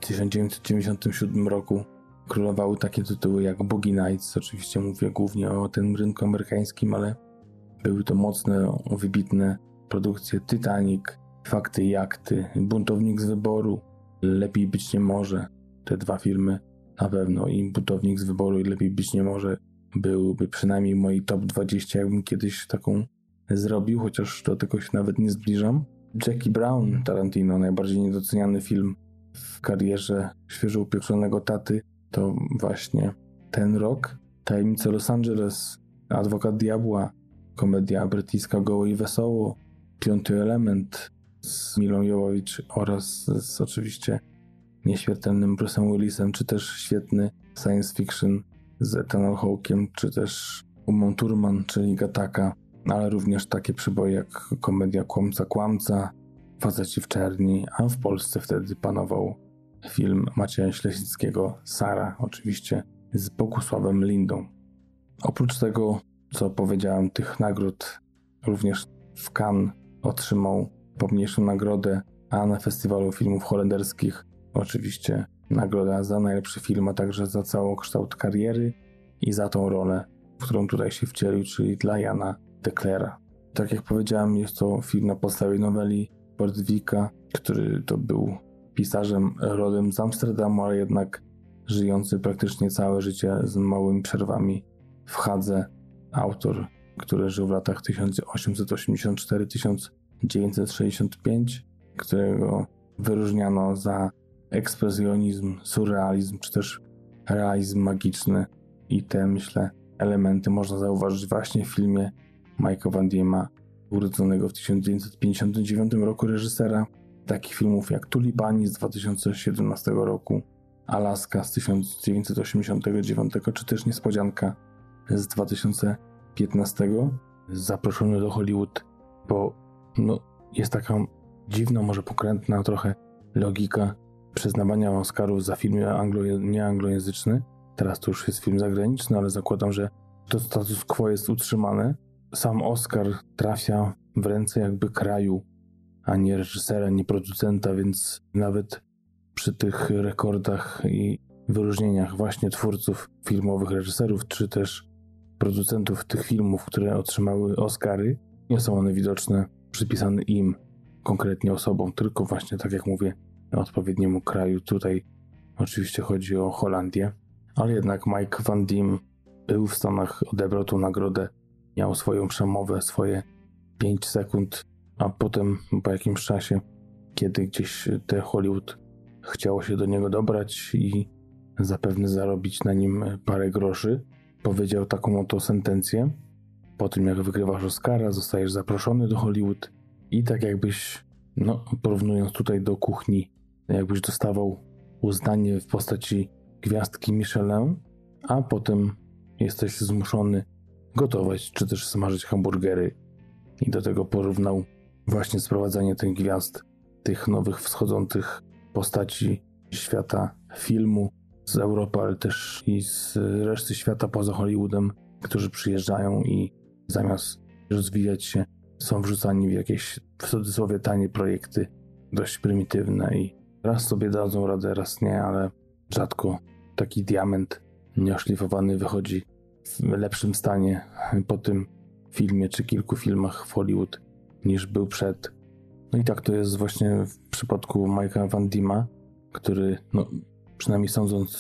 1997 roku królowały takie tytuły jak Boogie Nights, oczywiście mówię głównie o tym rynku amerykańskim, ale były to mocne, wybitne produkcje: Titanic, Fakty i akty, Buntownik z wyboru, Lepiej być nie może. Te 2 filmy na pewno, i Buntownik z wyboru i Lepiej być nie może byłyby przynajmniej moi top 20, jakbym kiedyś taką zrobił, chociaż do tego się nawet nie zbliżam. Jackie Brown Tarantino, najbardziej niedoceniany film w karierze świeżo upieczonego taty, to właśnie ten rok. Tajemnice Los Angeles, Adwokat Diabła, komedia brytyjska Goło i wesoło, 5. element z Milą Jovovich oraz z oczywiście nieśmiertelnym Bruce'em Willisem, czy też świetny science fiction z Ethanem Hawke'em, czy też Umą Thurman, czyli Gattaca, ale również takie przyboje jak komedia Kłamca, Faceci w czerni, a w Polsce wtedy panował film Macieja Ślesickiego Sara, oczywiście z Bogusławem Lindą. Oprócz tego, co powiedziałem, tych nagród, również w Cannes otrzymał pomniejszą nagrodę, a na Festiwalu Filmów Holenderskich oczywiście nagroda za najlepszy film, a także za całokształt kariery i za tą rolę, w którą tutaj się wcielił, czyli dla Jana Declera. Tak jak powiedziałem, jest to film na podstawie noweli Bordwika, który to był pisarzem rodem z Amsterdamu, ale jednak żyjący praktycznie całe życie z małymi przerwami w Hadze. Autor, który żył w latach 1884-1965, którego wyróżniano za ekspresjonizm, surrealizm, czy też realizm magiczny. I te, myślę, elementy można zauważyć właśnie w filmie Mike'a Van Diema, urodzonego w 1959 roku reżysera takich filmów jak Tulipani z 2017 roku, Alaska z 1989, czy też Niespodzianka z 2015, zaproszony do Hollywood, bo jest taka dziwna, może pokrętna trochę logika przyznawania Oscarów za film nieanglojęzyczny. Teraz to już jest film zagraniczny, ale zakładam, że to status quo jest utrzymane. Sam Oscar trafia w ręce jakby kraju, a nie reżysera, nie producenta, więc nawet przy tych rekordach i wyróżnieniach właśnie twórców filmowych, reżyserów, czy też producentów tych filmów, które otrzymały Oscary, nie są one widoczne, przypisane im, konkretnie osobom, tylko właśnie, tak jak mówię, odpowiedniemu kraju. Tutaj oczywiście chodzi o Holandię, ale jednak Mike Van Diem był w Stanach, odebrał tą nagrodę, miał swoją przemowę, swoje 5 sekund, a potem po jakimś czasie, kiedy gdzieś te Hollywood chciało się do niego dobrać i zapewne zarobić na nim parę groszy, powiedział taką oto sentencję: po tym jak wygrywasz Oscara, zostajesz zaproszony do Hollywood i tak jakbyś, porównując tutaj do kuchni, jakbyś dostawał uznanie w postaci gwiazdki Michelin, a potem jesteś zmuszony gotować czy też smażyć hamburgery. I do tego porównał właśnie sprowadzanie tych gwiazd, tych nowych wschodzących postaci świata filmu z Europy, ale też i z reszty świata poza Hollywoodem, którzy przyjeżdżają i zamiast rozwijać się, są wrzucani w jakieś, w cudzysłowie, tanie projekty, dość prymitywne i raz sobie dadzą radę, raz nie, ale rzadko taki diament nieoszlifowany wychodzi w lepszym stanie po tym filmie czy kilku filmach w Hollywood niż był przed. No i tak to jest właśnie w przypadku Mike'a Van Diema, który, przynajmniej sądząc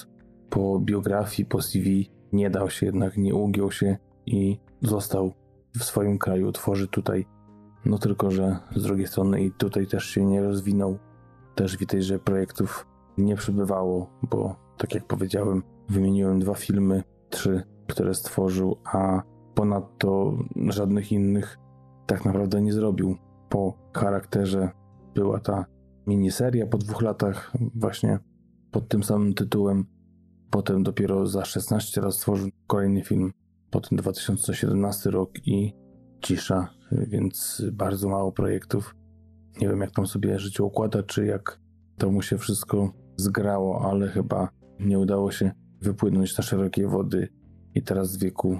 po biografii, po CV nie dał się jednak, nie ugiął się i został w swoim kraju, tworzy tutaj. No tylko, że z drugiej strony i tutaj też się nie rozwinął. Też widać, że projektów nie przybywało, bo tak jak powiedziałem, wymieniłem 2 filmy, 3, które stworzył, a ponadto żadnych innych tak naprawdę nie zrobił. Po Charakterze była ta miniseria po 2 latach właśnie pod tym samym tytułem. Potem dopiero za 16 lat stworzył kolejny film. Potem 2017 rok i Cisza, więc bardzo mało projektów. Nie wiem, jak tam sobie życie układa, czy jak to mu się wszystko zgrało, ale chyba nie udało się wypłynąć na szerokie wody i teraz w wieku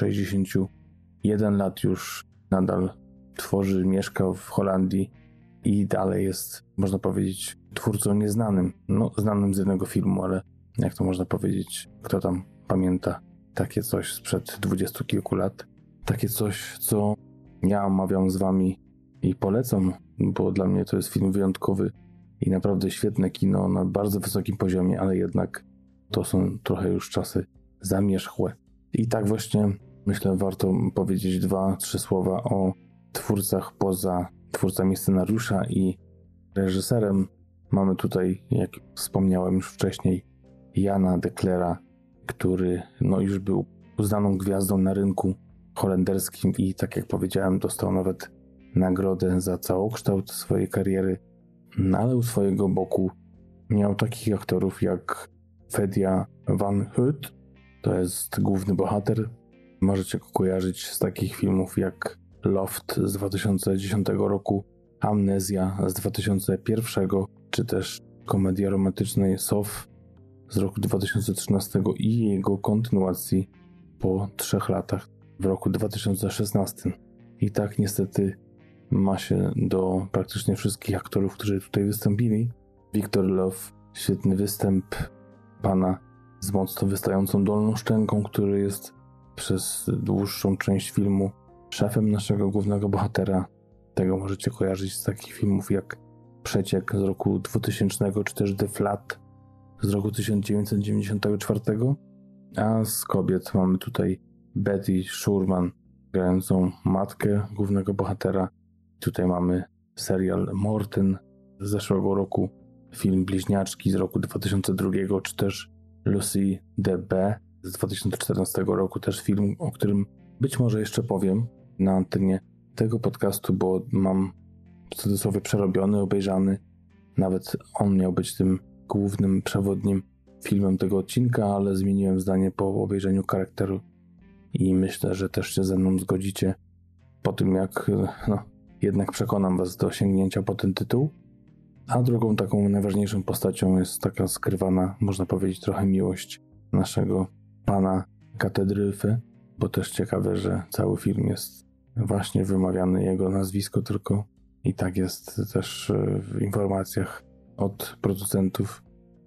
61 lat już nadal tworzy, mieszka w Holandii i dalej jest, można powiedzieć, twórcą nieznanym. No, znanym z jednego filmu, ale jak to można powiedzieć, kto tam pamięta takie coś sprzed 20 kilku lat. Takie coś, co ja omawiam z wami i polecam, bo dla mnie to jest film wyjątkowy i naprawdę świetne kino na bardzo wysokim poziomie, ale jednak to są trochę już czasy zamierzchłe. I tak właśnie myślę, warto powiedzieć 2-3 słowa o twórcach poza twórcami scenariusza i reżyserem. Mamy tutaj, jak wspomniałem już wcześniej, Jana de Clera, który już był uznaną gwiazdą na rynku holenderskim i tak jak powiedziałem, dostał nawet nagrodę za całokształt swojej kariery, ale u swojego boku miał takich aktorów jak Fedia van Hout, to jest główny bohater. Możecie go kojarzyć z takich filmów jak Loft z 2010 roku, Amnezja z 2001, czy też komedia romantycznej Sof z roku 2013 i jego kontynuacji po 3 latach w roku 2016. I tak niestety ma się do praktycznie wszystkich aktorów, którzy tutaj wystąpili. Victor Love, świetny występ pana z mocno wystającą dolną szczęką, który jest przez dłuższą część filmu szefem naszego głównego bohatera. Tego możecie kojarzyć z takich filmów jak Przeciek z roku 2000, czy też The Flat z roku 1994. A z kobiet mamy tutaj Betty Schurman, grającą matkę głównego bohatera. Tutaj mamy serial Morten z zeszłego roku, film Bliźniaczki z roku 2002, czy też Lucy D.B. z 2014 roku, też film, o którym być może jeszcze powiem na antenie tego podcastu, bo mam w cudzysłowie przerobiony, obejrzany. Nawet on miał być tym głównym, przewodnim filmem tego odcinka, ale zmieniłem zdanie po obejrzeniu Charakteru i myślę, że też się ze mną zgodzicie po tym, jak jednak przekonam was do sięgnięcia po ten tytuł. A drugą taką najważniejszą postacią jest taka skrywana, można powiedzieć, trochę miłość naszego pana Katedryfy, bo też ciekawe, że cały film jest właśnie wymawiany jego nazwisko tylko i tak jest też w informacjach od producentów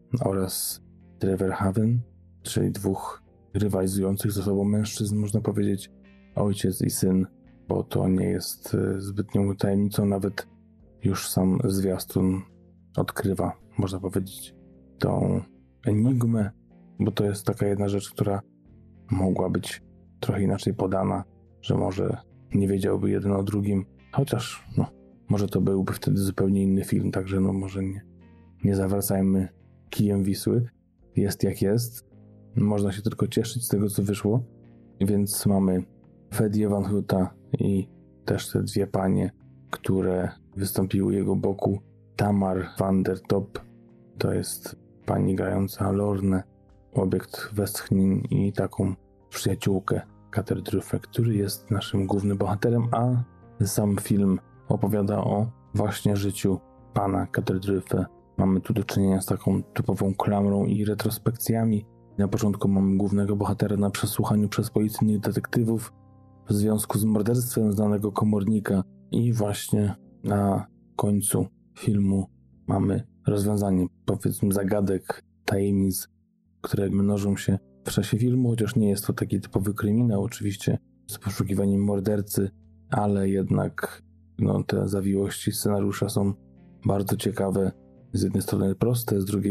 oraz Treverhaven, czyli 2 rywalizujących ze sobą mężczyzn, można powiedzieć, ojciec i syn, bo to nie jest zbytnią tajemnicą, nawet już sam zwiastun odkrywa, można powiedzieć, tą enigmę, bo to jest taka jedna rzecz, która mogła być trochę inaczej podana, że może nie wiedziałby jeden o drugim, chociaż może to byłby wtedy zupełnie inny film, także może nie zawracajmy kijem Wisły. Jest jak jest. Można się tylko cieszyć z tego, co wyszło. Więc mamy Fedię van Houta i też te 2 panie, które wystąpiły jego boku. Tamar van der Top, to jest pani grająca Lorne, obiekt westchnień i taką przyjaciółkę Katedryfę, który jest naszym głównym bohaterem, a sam film opowiada o właśnie życiu pana Katedryfę. Mamy tu do czynienia z taką typową klamrą i retrospekcjami. Na początku mamy głównego bohatera na przesłuchaniu przez policyjnych detektywów w związku z morderstwem znanego komornika i właśnie na końcu filmu mamy rozwiązanie, powiedzmy, zagadek, tajemnic, które mnożą się w czasie filmu, chociaż nie jest to taki typowy kryminał, oczywiście z poszukiwaniem mordercy, ale jednak te zawiłości scenariusza są bardzo ciekawe, z jednej strony proste, z drugiej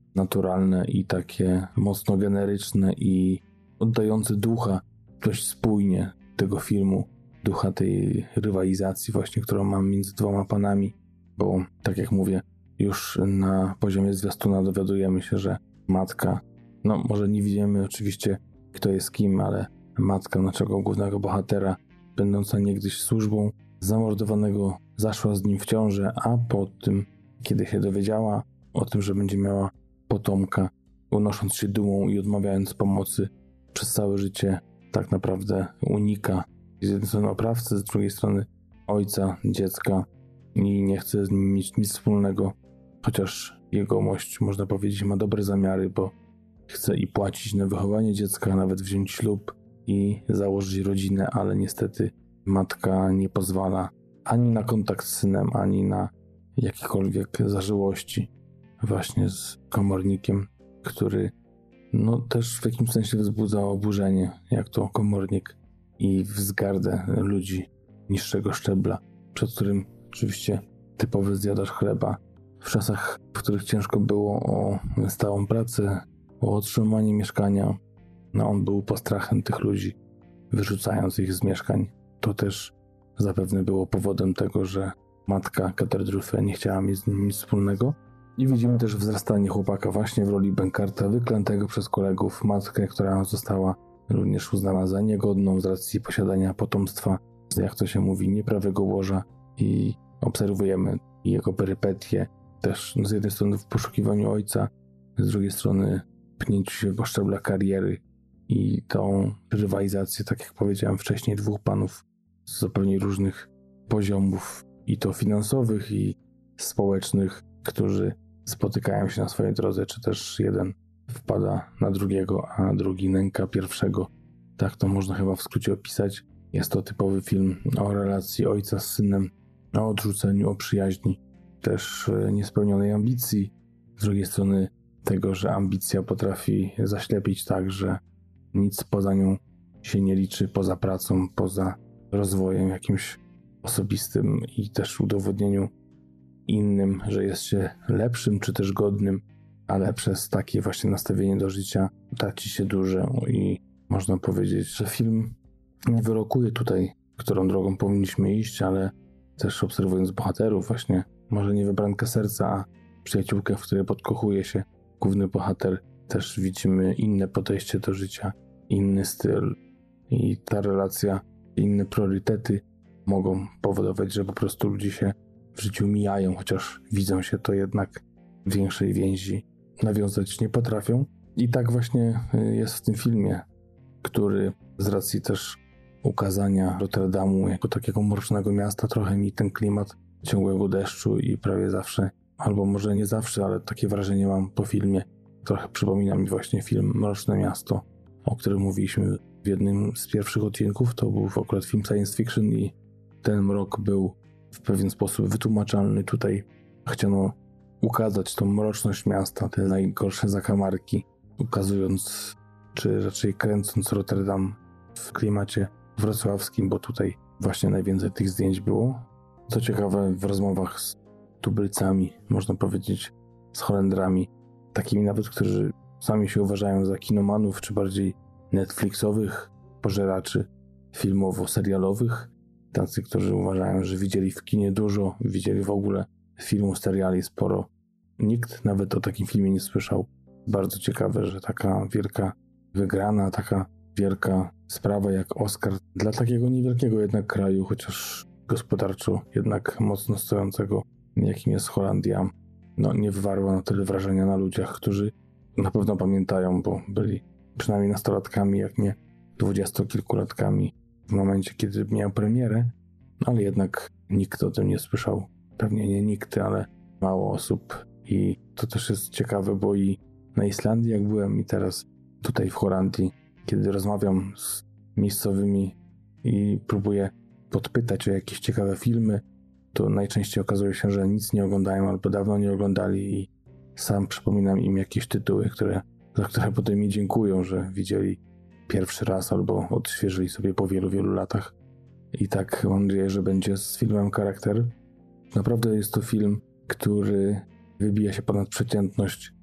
naturalne i takie mocno generyczne i oddające ducha dość spójnie tego filmu, ducha tej rywalizacji właśnie, którą mam między dwoma panami, bo tak jak mówię, już na poziomie zwiastuna dowiadujemy się, że matka, no może nie wiemy oczywiście kto jest kim, ale matka naszego głównego bohatera, będąca niegdyś służbą zamordowanego, zaszła z nim w ciążę, a po tym, kiedy się dowiedziała o tym, że będzie miała potomka, unosząc się dumą i odmawiając pomocy, przez całe życie tak naprawdę unika z jednej strony oprawcy, z drugiej strony ojca, dziecka i nie chce z nim mieć nic wspólnego, chociaż jegomość, można powiedzieć, ma dobre zamiary, bo chce i płacić na wychowanie dziecka, nawet wziąć ślub i założyć rodzinę, ale niestety matka nie pozwala ani na kontakt z synem, ani na jakiekolwiek zażyłości właśnie z komornikiem, który no też w jakimś sensie wzbudza oburzenie, jak to komornik, i wzgardę ludzi niższego szczebla, przed którym oczywiście typowy zjadacz chleba w czasach, w których ciężko było o stałą pracę, o otrzymanie mieszkania, no on był postrachem tych ludzi, wyrzucając ich z mieszkań. To też zapewne było powodem tego, że matka Katerdrufe nie chciała mieć z nim nic wspólnego. I widzimy też wzrastanie chłopaka właśnie w roli bękarta, wyklętego przez kolegów, matkę, która została również uznana za niegodną z racji posiadania potomstwa, jak to się mówi, nieprawego łoża, i obserwujemy jego perypetie też z jednej strony w poszukiwaniu ojca, z drugiej strony pchnięciu się po szczebla kariery i tą rywalizację, tak jak powiedziałem wcześniej, dwóch panów z zupełnie różnych poziomów, i to finansowych, i społecznych, którzy spotykają się na swojej drodze, czy też jeden wpada na drugiego, a drugi nęka pierwszego. Tak to można chyba w skrócie opisać. Jest to typowy film o relacji ojca z synem, o odrzuceniu, o przyjaźni, też niespełnionej ambicji. Z drugiej strony tego, że ambicja potrafi zaślepić tak, że nic poza nią się nie liczy, poza pracą, poza rozwojem jakimś osobistym i też udowodnieniu innym, że jest się lepszym czy też godnym, ale przez takie właśnie nastawienie do życia traci się dużo i można powiedzieć, że film nie wyrokuje tutaj, którą drogą powinniśmy iść, ale też obserwując bohaterów właśnie, może nie wybrankę serca, a przyjaciółkę, w której podkochuje się główny bohater, też widzimy inne podejście do życia, inny styl, i ta relacja, inne priorytety mogą powodować, że po prostu ludzie się w życiu mijają, chociaż widzą się, to jednak większej więzi nawiązać nie potrafią. I tak właśnie jest w tym filmie, który z racji też ukazania Rotterdamu jako takiego mrocznego miasta, trochę mi ten klimat ciągłego deszczu i prawie zawsze, albo może nie zawsze, ale takie wrażenie mam po filmie, trochę przypomina mi właśnie film Mroczne Miasto, o którym mówiliśmy w jednym z pierwszych odcinków. To był akurat film science fiction i ten mrok był w pewien sposób wytłumaczalny. Tutaj chciano ukazać tą mroczność miasta, te najgorsze zakamarki, ukazując, czy raczej kręcąc Rotterdam w klimacie wrocławskim, bo tutaj właśnie najwięcej tych zdjęć było. Co ciekawe, w rozmowach z tubylcami, można powiedzieć z Holendrami, takimi nawet, którzy sami się uważają za kinomanów, czy bardziej Netflixowych pożeraczy filmowo-serialowych, tacy, którzy uważają, że widzieli w kinie dużo, widzieli w ogóle filmów, seriali sporo. Nikt nawet o takim filmie nie słyszał. Bardzo ciekawe, że taka wielka wygrana, taka wielka sprawa jak Oscar dla takiego niewielkiego jednak kraju, chociaż gospodarczo jednak mocno stojącego, jakim jest Holandia, no nie wywarła na tyle wrażenia na ludziach, którzy na pewno pamiętają, bo byli przynajmniej nastolatkami, jak nie dwudziestokilkulatkami w momencie, kiedy miał premierę, ale jednak nikt o tym nie słyszał. Pewnie nie nikt, ale mało osób. I to też jest ciekawe, bo i na Islandii, jak byłem, i teraz tutaj w Holandii, kiedy rozmawiam z miejscowymi i próbuję podpytać o jakieś ciekawe filmy, to najczęściej okazuje się, że nic nie oglądają albo dawno nie oglądali, i sam przypominam im jakieś tytuły, za które potem mi dziękują, że widzieli pierwszy raz albo odświeżyli sobie po wielu, wielu latach. I tak mam nadzieję, że będzie z filmem charakter. Naprawdę jest to film, który wybija się ponad przeciętność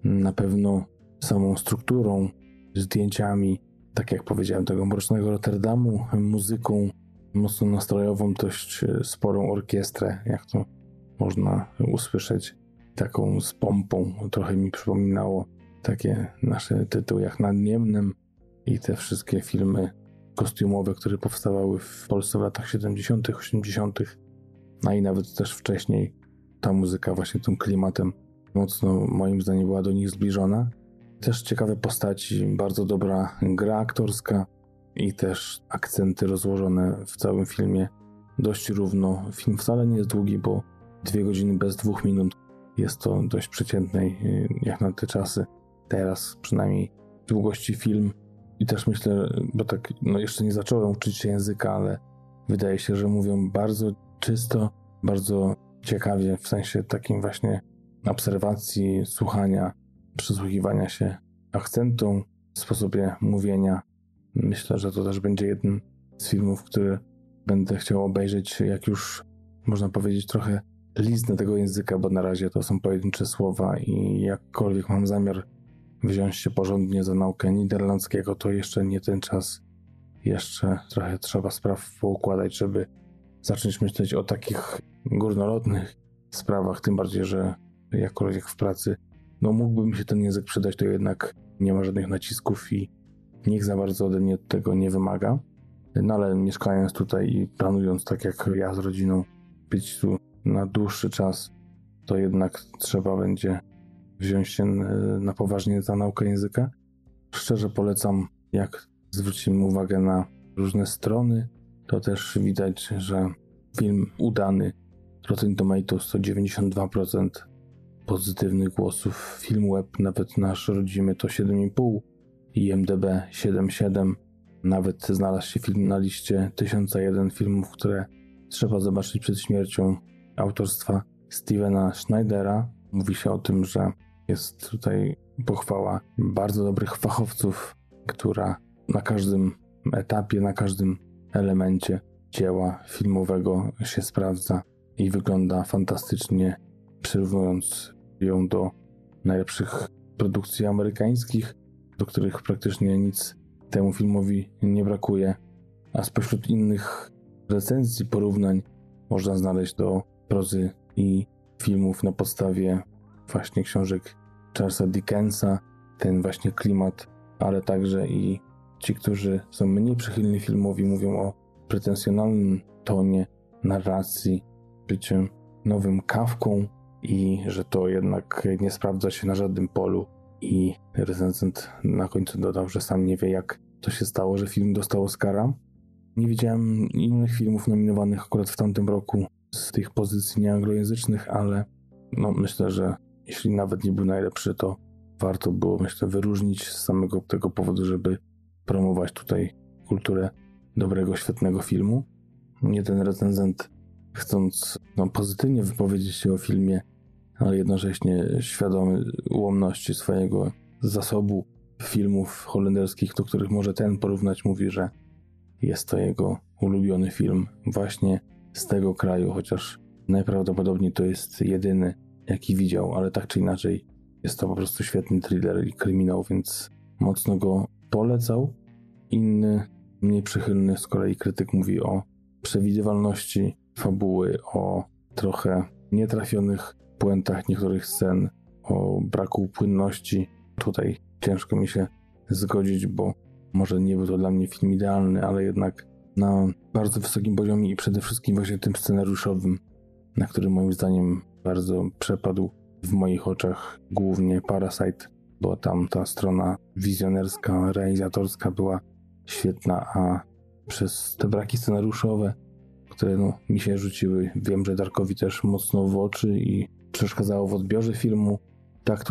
na pewno samą strukturą, zdjęciami, tak jak powiedziałem, tego mrocznego Rotterdamu, muzyką mocno nastrojową, dość sporą orkiestrę, jak to można usłyszeć, taką z pompą. Trochę mi przypominało takie nasze tytuły jak Nad Niemnem i te wszystkie filmy kostiumowe, które powstawały w Polsce w latach 70., 80., a i nawet też wcześniej. Ta muzyka właśnie tym klimatem mocno moim zdaniem była do nich zbliżona. Też ciekawe postaci, bardzo dobra gra aktorska i też akcenty rozłożone w całym filmie dość równo. Film wcale nie jest długi, bo 2 godziny bez 2 minut. Jest to dość przeciętnej, jak na te czasy. Teraz przynajmniej długości film. I też myślę, bo tak jeszcze nie zacząłem uczyć się języka, ale wydaje się, że mówią bardzo czysto, bardzo ciekawie, w sensie takim właśnie obserwacji, słuchania, przysłuchiwania się akcentom, sposobie mówienia. Myślę, że to też będzie jeden z filmów, który będę chciał obejrzeć, jak już można powiedzieć trochę liznę tego języka, bo na razie to są pojedyncze słowa i jakkolwiek mam zamiar wziąć się porządnie za naukę niderlandzkiego, to jeszcze nie ten czas. Jeszcze trochę trzeba spraw poukładać, żeby zacząć myśleć o takich górnolotnych sprawach, tym bardziej, że jakkolwiek w pracy mógłby mi się ten język przydać, to jednak nie ma żadnych nacisków i nikt za bardzo ode mnie tego nie wymaga. Ale mieszkając tutaj i planując tak jak ja z rodziną być tu na dłuższy czas, to jednak trzeba będzie wziąć się na poważnie za naukę języka. Szczerze polecam, jak zwrócimy uwagę na różne strony, to też widać, że film udany. Rotten Tomatoes to 92% pozytywnych głosów. Filmweb, nawet nasz rodzimy, to 7,5. IMDb 7,7. Nawet znalazł się film na liście 1001 filmów, które trzeba zobaczyć przed śmiercią, autorstwa Stevena Schneidera. Mówi się o tym, że jest tutaj pochwała bardzo dobrych fachowców, która na każdym etapie, na każdym elemencie dzieła filmowego się sprawdza i wygląda fantastycznie, przyrównując ją do najlepszych produkcji amerykańskich, do których praktycznie nic temu filmowi nie brakuje, a spośród innych recenzji, porównań można znaleźć do prozy i filmów na podstawie właśnie książek Charlesa Dickensa, ten właśnie klimat, ale także i ci, którzy są mniej przychylni filmowi, mówią o pretensjonalnym tonie narracji, bycie nowym Kafką i że to jednak nie sprawdza się na żadnym polu. I recenzent na końcu dodał, że sam nie wie, jak to się stało, że film dostał Oscara. Nie widziałem innych filmów nominowanych akurat w tamtym roku z tych pozycji nieanglojęzycznych, ale myślę, że jeśli nawet nie był najlepszy, to warto było, myślę, wyróżnić z samego tego powodu, żeby promować tutaj kulturę dobrego, świetnego filmu. Jeden recenzent, chcąc pozytywnie wypowiedzieć się o filmie, ale jednocześnie świadomy ułomności swojego zasobu filmów holenderskich, do których może ten porównać, mówi, że jest to jego ulubiony film właśnie z tego kraju, chociaż najprawdopodobniej to jest jedyny, jaki widział, ale tak czy inaczej jest to po prostu świetny thriller i kryminał, więc mocno go polecał. Inny, mniej przychylny z kolei krytyk mówi o przewidywalności fabuły, o trochę nietrafionych puentach niektórych scen, o braku płynności. Tutaj ciężko mi się zgodzić, bo może nie był to dla mnie film idealny, ale jednak na bardzo wysokim poziomie i przede wszystkim właśnie tym scenariuszowym, na którym moim zdaniem bardzo przepadł w moich oczach głównie Parasite, bo tam ta strona wizjonerska, realizatorska była świetna, a przez te braki scenariuszowe, które mi się rzuciły, wiem, że Darkowi też mocno w oczy i przeszkadzało w odbiorze filmu. Tak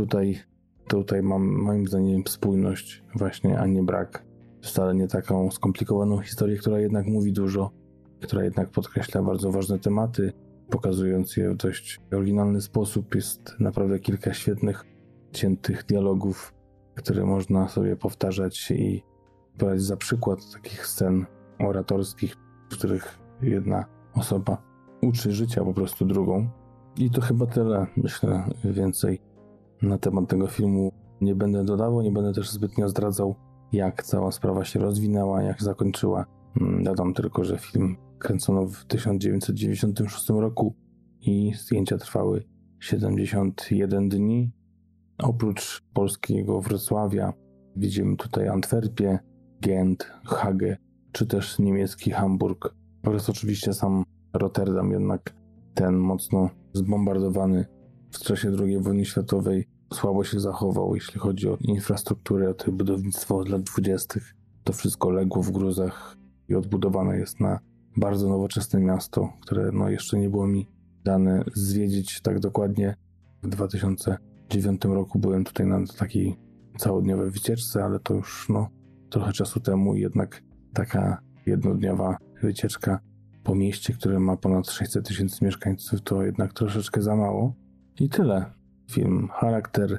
tutaj mam moim zdaniem spójność właśnie, a nie brak. Wcale nie taką skomplikowaną historię, która jednak mówi dużo, która jednak podkreśla bardzo ważne tematy, pokazując je w dość oryginalny sposób. Jest naprawdę kilka świetnych, ciętych dialogów, które można sobie powtarzać i brać za przykład takich scen oratorskich, w których jedna osoba uczy życia po prostu drugą. I to chyba tyle. Myślę, więcej na temat tego filmu nie będę dodawał, nie będę też zbytnio zdradzał, jak cała sprawa się rozwinęła, jak zakończyła. Dodam tylko, że film kręcono w 1996 roku i zdjęcia trwały 71 dni. Oprócz polskiego Wrocławia widzimy tutaj Antwerpię, Gent, Hagę, czy też niemiecki Hamburg oraz oczywiście sam Rotterdam, jednak ten mocno zbombardowany w czasie II wojny światowej słabo się zachował, jeśli chodzi o infrastrukturę, o to budownictwo od lat 20. To wszystko legło w gruzach i odbudowane jest na bardzo nowoczesne miasto, które jeszcze nie było mi dane zwiedzić tak dokładnie. W 2009 roku byłem tutaj na takiej całodniowej wycieczce, ale to już trochę czasu temu, jednak taka jednodniowa wycieczka po mieście, które ma ponad 600 000 mieszkańców, to jednak troszeczkę za mało. I tyle. Film Charakter,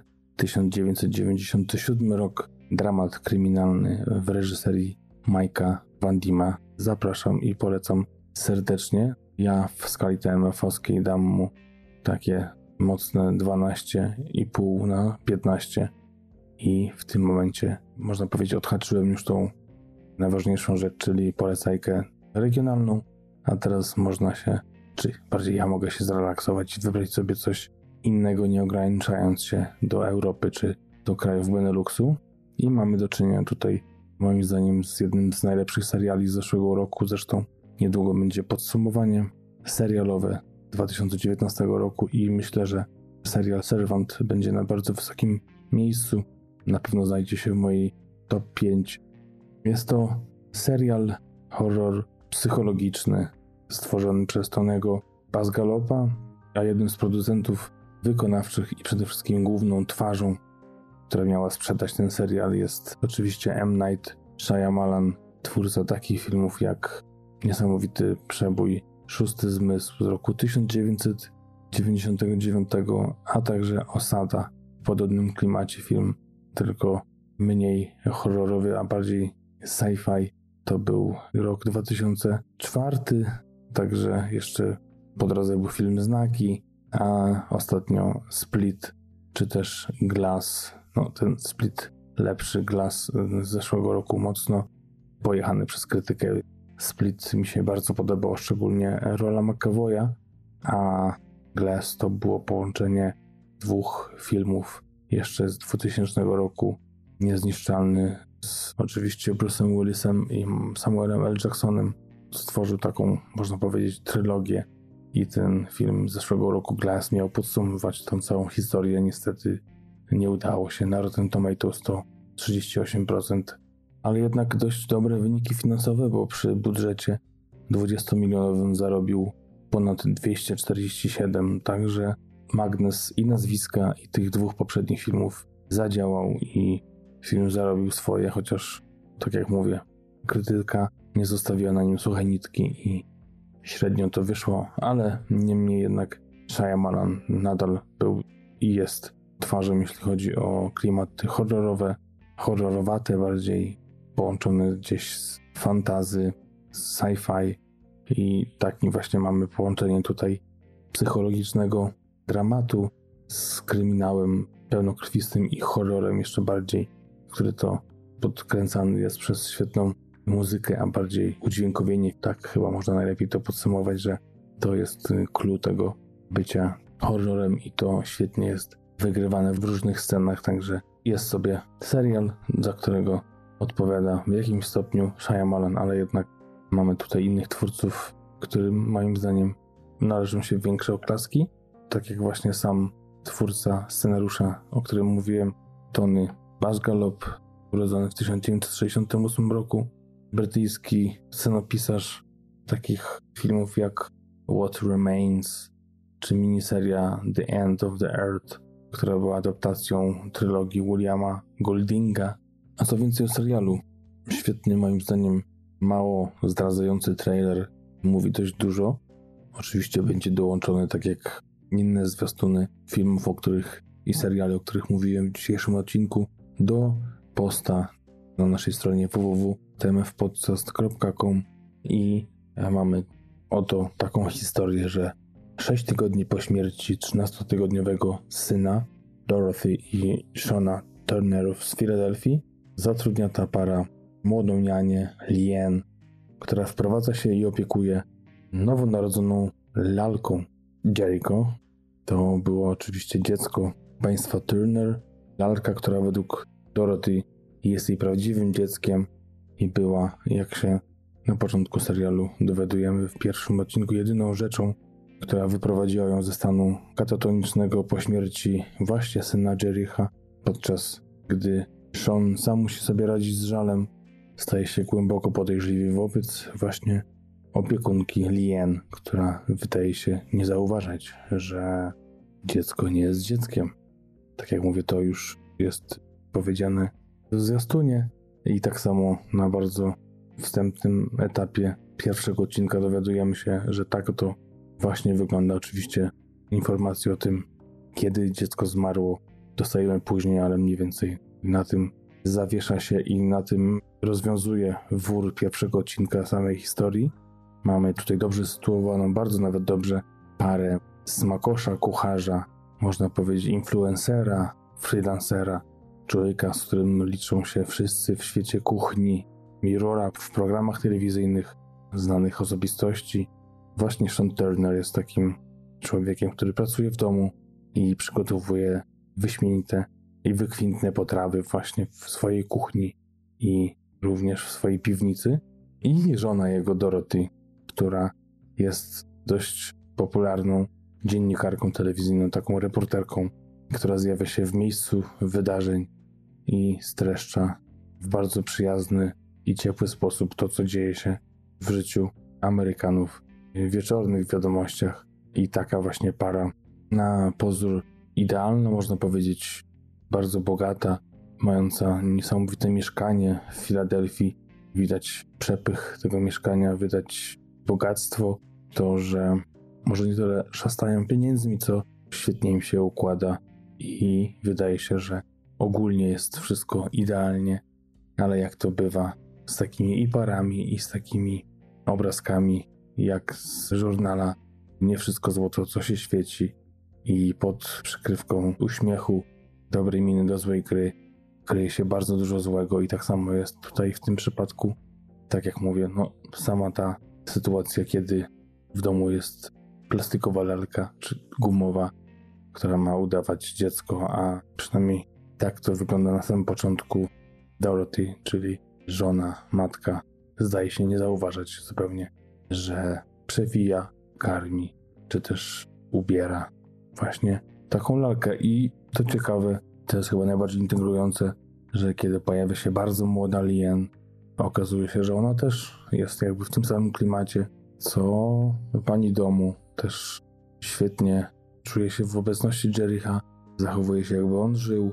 1997 rok, dramat kryminalny w reżyserii Mike'a Van Dima. Zapraszam i polecam serdecznie. Ja w skali TMF-owskiej dam mu takie mocne 12,5 na 15 i w tym momencie, można powiedzieć, odhaczyłem już tą najważniejszą rzecz, czyli polecajkę regionalną, a teraz można się, czy bardziej ja mogę się zrelaksować i wybrać sobie coś innego, nie ograniczając się do Europy czy do krajów Beneluxu. I mamy do czynienia tutaj, moim zdaniem, z jednym z najlepszych seriali z zeszłego roku. Zresztą niedługo będzie podsumowanie serialowe 2019 roku i myślę, że serial Servant będzie na bardzo wysokim miejscu. Na pewno znajdzie się w mojej top 5. Jest to serial horror psychologiczny stworzony przez Tonego Pasgalopa, a jednym z producentów wykonawczych i przede wszystkim główną twarzą, która miała sprzedać ten serial, jest oczywiście M. Night Shyamalan, twórca takich filmów jak Niesamowity Przebój, Szósty Zmysł z roku 1999, a także Osada w podobnym klimacie film, tylko mniej horrorowy, a bardziej sci-fi. To był rok 2004, także jeszcze po drodze był film Znaki, a ostatnio Split, czy też Glass. Ten Split lepszy, Glass z zeszłego roku mocno pojechany przez krytykę. Split mi się bardzo podobał, szczególnie rola McAvoya, a Glass to było połączenie dwóch filmów jeszcze z 2000 roku. Niezniszczalny z oczywiście Bruce'em Willisem i Samuelem L. Jacksonem stworzył taką, można powiedzieć, trylogię i ten film z zeszłego roku Glass miał podsumować tą całą historię. Niestety nie udało się. Na Rotten Tomatoes to 38%, ale jednak dość dobre wyniki finansowe, bo przy budżecie 20-milionowym zarobił ponad 247, także magnes i nazwiska i tych dwóch poprzednich filmów zadziałał i film zarobił swoje, chociaż, tak jak mówię, krytyka nie zostawiła na nim suchej nitki i średnio to wyszło, ale niemniej jednak Shyamalan nadal był i jest twarzą, jeśli chodzi o klimaty horrorowate bardziej, połączone gdzieś z fantasy, z sci-fi i takim właśnie mamy połączenie tutaj psychologicznego dramatu z kryminałem pełnokrwistym i horrorem jeszcze bardziej, który to podkręcany jest przez świetną muzykę, a bardziej udźwiękowienie. Tak chyba można najlepiej to podsumować, że to jest clue tego bycia horrorem i to świetnie jest wygrywane w różnych scenach, także jest sobie serial, za którego odpowiada w jakimś stopniu Shyamalan, ale jednak mamy tutaj innych twórców, którym moim zdaniem należą się większe oklaski, tak jak właśnie sam twórca scenariusza, o którym mówiłem, Tony Pasgalop, urodzony w 1968 roku, brytyjski scenopisarz takich filmów jak What Remains, czy miniseria The End of the Earth, która była adaptacją trylogii Williama Goldinga. A co więcej o serialu, świetny moim zdaniem, mało zdradzający trailer mówi dość dużo. Oczywiście będzie dołączony, tak jak inne zwiastuny filmów, i seriali, o których mówiłem w dzisiejszym odcinku, do posta na naszej stronie www.tmfpodcast.com i mamy oto taką historię, że 6 tygodni po śmierci 13-tygodniowego syna Dorothy i Shona Turnerów z Filadelfii zatrudnia ta para młodą nianię Liane, która wprowadza się i opiekuje nowonarodzoną lalką Jericho. To było oczywiście dziecko państwa Turner, lalka, która według Dorothy jest jej prawdziwym dzieckiem i była, jak się na początku serialu dowiadujemy w pierwszym odcinku, jedyną rzeczą, która wyprowadziła ją ze stanu katatonicznego po śmierci właśnie syna Jericha, podczas gdy Sean sam musi sobie radzić z żalem, staje się głęboko podejrzliwy wobec właśnie opiekunki Liane, która wydaje się nie zauważać, że dziecko nie jest dzieckiem. Tak jak mówię, to już jest powiedziane w zwiastunie i tak samo na bardzo wstępnym etapie pierwszego odcinka dowiadujemy się, że tak to właśnie wygląda. Oczywiście informacje o tym, kiedy dziecko zmarło, dostajemy później, ale mniej więcej na tym zawiesza się i na tym rozwiązuje wór pierwszego odcinka samej historii. Mamy tutaj dobrze sytuowaną, bardzo nawet dobrze, parę smakosza, kucharza, można powiedzieć influencera, freelancera, człowieka, z którym liczą się wszyscy w świecie kuchni, Mirrora w programach telewizyjnych, znanych osobistości. Właśnie Sean Turner jest takim człowiekiem, który pracuje w domu i przygotowuje wyśmienite i wykwintne potrawy właśnie w swojej kuchni i również w swojej piwnicy. I żona jego Dorothy, która jest dość popularną dziennikarką telewizyjną, taką reporterką, która zjawia się w miejscu wydarzeń i streszcza w bardzo przyjazny i ciepły sposób to, co dzieje się w życiu Amerykanów w wieczornych wiadomościach. I taka właśnie para, na pozór idealna, można powiedzieć, bardzo bogata, mająca niesamowite mieszkanie w Filadelfii. Widać przepych tego mieszkania, widać bogactwo, to, że może nie tyle szastają pieniędzmi, co świetnie im się układa i wydaje się, że ogólnie jest wszystko idealnie, ale jak to bywa z takimi i parami, i z takimi obrazkami, jak z żurnala Nie wszystko złoto, co się świeci, i pod przykrywką uśmiechu, dobrej miny do złej gry kryje się bardzo dużo złego i tak samo jest tutaj w tym przypadku. Tak jak mówię, sama ta sytuacja, kiedy w domu jest plastikowa lalka czy gumowa, która ma udawać dziecko, a przynajmniej tak to wygląda na samym początku. Dorothy, czyli żona, matka, zdaje się nie zauważać zupełnie, że przewija, karmi, czy też ubiera właśnie taką lalkę. I to ciekawe, to jest chyba najbardziej intrygujące, że kiedy pojawia się bardzo młoda Liane, okazuje się, że ona też jest jakby w tym samym klimacie, co pani domu. Też świetnie czuje się w obecności Jericha, zachowuje się, jakby on żył,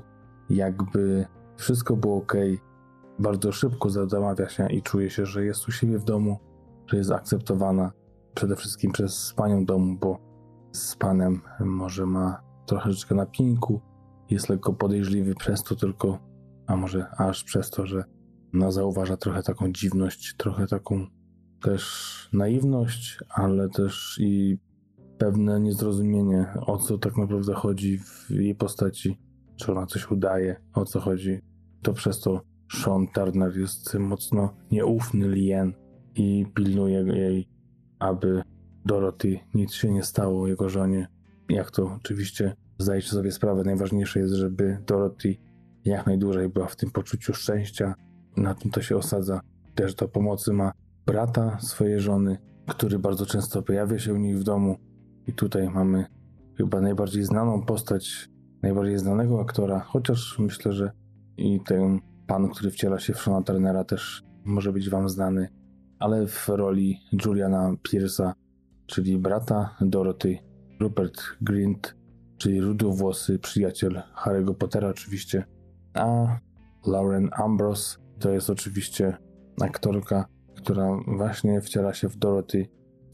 jakby wszystko było okej. Bardzo szybko zamawia się i czuje się, że jest u siebie w domu, że jest akceptowana przede wszystkim przez panią domu, bo z panem może ma troszeczkę na pinku, jest lekko podejrzliwy przez to tylko, a może aż przez to, że zauważa trochę taką dziwność, trochę taką też naiwność, ale też i pewne niezrozumienie, o co tak naprawdę chodzi w jej postaci, czy ona coś udaje, o co chodzi. To przez to Sean Turner jest mocno nieufny Liane i pilnuje jej, aby Dorothy nic się nie stało, jego żonie. Jak to oczywiście zdajecie sobie sprawę, najważniejsze jest, żeby Dorothy jak najdłużej była w tym poczuciu szczęścia. Na tym to się osadza. Też do pomocy ma brata swojej żony, który bardzo często pojawia się u nich w domu. I tutaj mamy chyba najbardziej znaną postać, najbardziej znanego aktora, chociaż myślę, że i ten pan, który wciela się w Seana Turnera, też może być wam znany, ale w roli Juliana Pierce'a, czyli brata Dorothy, Rupert Grint, czyli rudowłosy przyjaciel Harry'ego Pottera oczywiście, a Lauren Ambrose to jest oczywiście aktorka, która właśnie wciela się w Dorothy.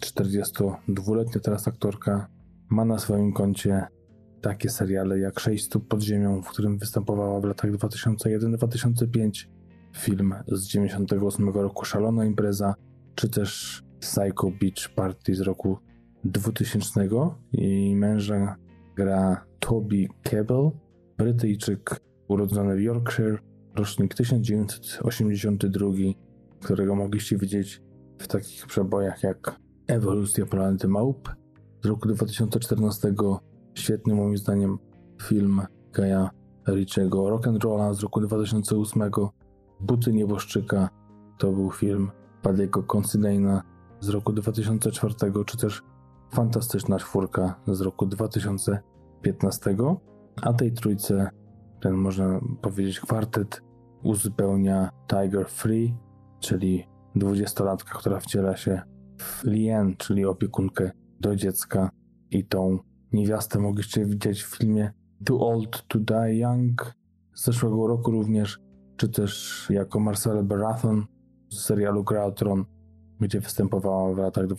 42-letnia teraz aktorka, ma na swoim koncie takie seriale jak 6 stóp pod ziemią, w którym występowała w latach 2001-2005, film z 98 roku Szalona impreza, czy też Psycho Beach Party z roku 2000. Jej męża gra Toby Kebbell, Brytyjczyk urodzony w Yorkshire, rocznik 1982, którego mogliście widzieć w takich przebojach jak Ewolucja planety małp z roku 2014, świetny moim zdaniem film Gaja Ritchiego, Rock'n'Rolla z roku 2008, Buty nieboszczyka to był film Paddy'ego Considine'a z roku 2004, czy też Fantastyczna czwórka z roku 2015, a tej trójce, ten można powiedzieć kwartet, uzupełnia Tiger Free, czyli 20-latka, która wciela się w Lien, czyli opiekunkę do dziecka, i tą niewiastę mogliście widzieć w filmie Too Old to Die Young z zeszłego roku również, czy też jako Marcelle Baratheon z serialu Gra o Tron, gdzie występowała w latach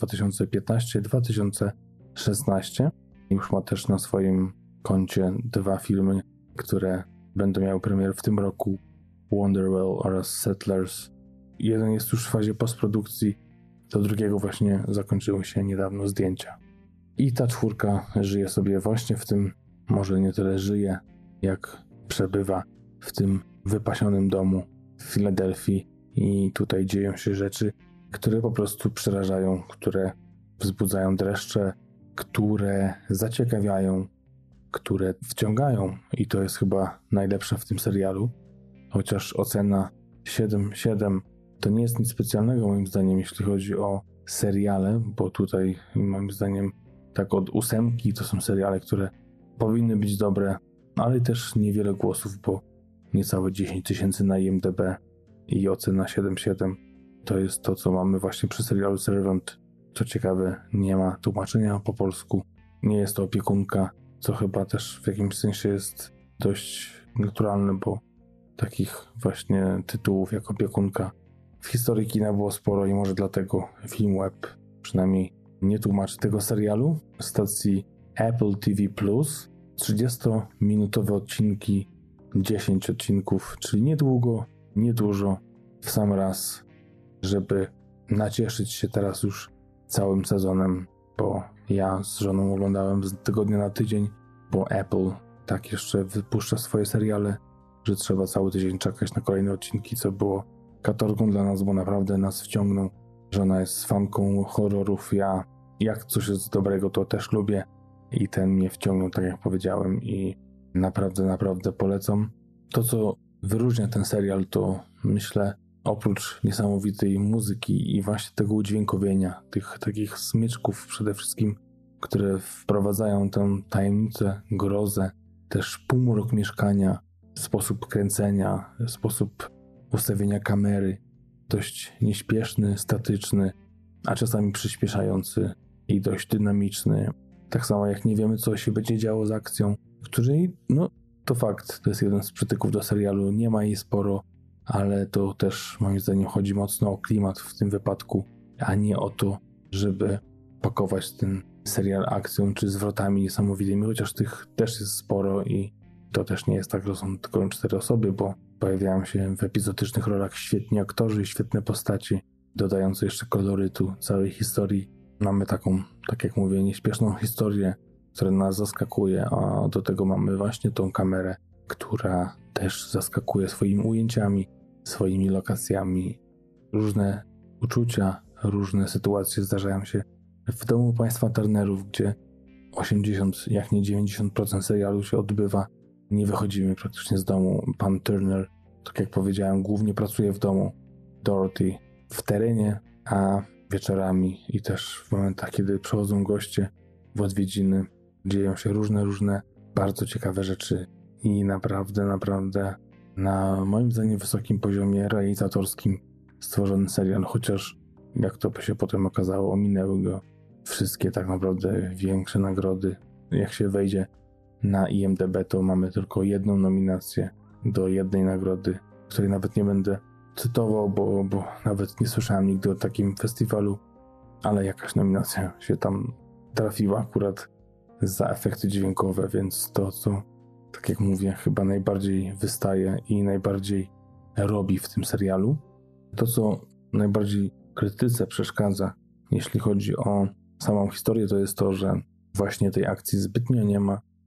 2015-2016. Już ma też na swoim koncie 2 filmy, które będą miały premierę w tym roku, Wonderwell oraz Settlers. Jeden jest już w fazie postprodukcji, do drugiego właśnie zakończyły się niedawno zdjęcia. I ta czwórka żyje sobie właśnie w tym, może nie tyle żyje, jak przebywa w tym wypasionym domu w Filadelfii, i tutaj dzieją się rzeczy, które po prostu przerażają, które wzbudzają dreszcze, które zaciekawiają, które wciągają, i to jest chyba najlepsze w tym serialu. Chociaż ocena 7,7 to nie jest nic specjalnego moim zdaniem, jeśli chodzi o seriale, bo tutaj moim zdaniem tak od 8 to są seriale, które powinny być dobre, ale też niewiele głosów, bo niecałe 10 000 na IMDb i ocena 7,7 to jest to, co mamy właśnie przy serialu Servant. Co ciekawe, nie ma tłumaczenia po polsku, nie jest to opiekunka, co chyba też w jakimś sensie jest dość naturalne, bo takich właśnie tytułów jak opiekunka w historii kina było sporo i może dlatego Filmweb przynajmniej nie tłumaczy tego serialu. W stacji Apple TV+, 30-minutowe odcinki, 10 odcinków, czyli niedługo, niedużo, w sam raz, żeby nacieszyć się teraz już całym sezonem, bo ja z żoną oglądałem z tygodnia na tydzień, bo Apple tak jeszcze wypuszcza swoje seriale, że trzeba cały tydzień czekać na kolejne odcinki, co było katorgą dla nas, bo naprawdę nas wciągnął. Żona jest fanką horrorów, ja jak coś jest dobrego, to też lubię, i ten mnie wciągnął, tak jak powiedziałem, i naprawdę polecam. To, co wyróżnia ten serial, to myślę, oprócz niesamowitej muzyki i właśnie tego udźwiękowienia, tych takich smyczków przede wszystkim, które wprowadzają tę tajemnicę, grozę, też półmrok mieszkania, sposób kręcenia, sposób ustawienia kamery, dość nieśpieszny, statyczny, a czasami przyspieszający i dość dynamiczny. Tak samo jak nie wiemy, co się będzie działo z akcją, której, to fakt, to jest jeden z przytyków do serialu, nie ma jej sporo, ale to też moim zdaniem chodzi mocno o klimat w tym wypadku, a nie o to, żeby pakować ten serial akcją czy zwrotami niesamowitymi, chociaż tych też jest sporo i to też nie jest tak, że są tylko 4 osoby, bo pojawiają się w epizodycznych rolach świetni aktorzy i świetne postaci, dodające jeszcze kolorytu całej historii. Mamy taką, tak jak mówię, nieśpieszną historię, która nas zaskakuje, a do tego mamy właśnie tą kamerę, która też zaskakuje swoimi ujęciami, swoimi lokacjami. Różne uczucia, różne sytuacje zdarzają się w domu państwa Turnerów, gdzie 80, jak nie 90% serialu się odbywa. Nie wychodzimy praktycznie z domu. Pan Turner, tak jak powiedziałem, głównie pracuje w domu. Dorothy w terenie, a wieczorami i też w momentach, kiedy przychodzą goście w odwiedziny, dzieją się różne bardzo ciekawe rzeczy i naprawdę na moim zdaniem wysokim poziomie realizatorskim stworzony serial, chociaż jak to by się potem okazało, ominęły go wszystkie tak naprawdę większe nagrody. Jak się wejdzie na IMDb, to mamy tylko jedną nominację do jednej nagrody, której nawet nie będę cytował, bo nawet nie słyszałem nigdy o takim festiwalu, ale jakaś nominacja się tam trafiła akurat za efekty dźwiękowe, więc to, co, tak jak mówię, chyba najbardziej wystaje i najbardziej robi w tym serialu. To, co najbardziej krytyce przeszkadza, jeśli chodzi o samą historię, to jest to, że właśnie tej akcji zbytnio nie ma.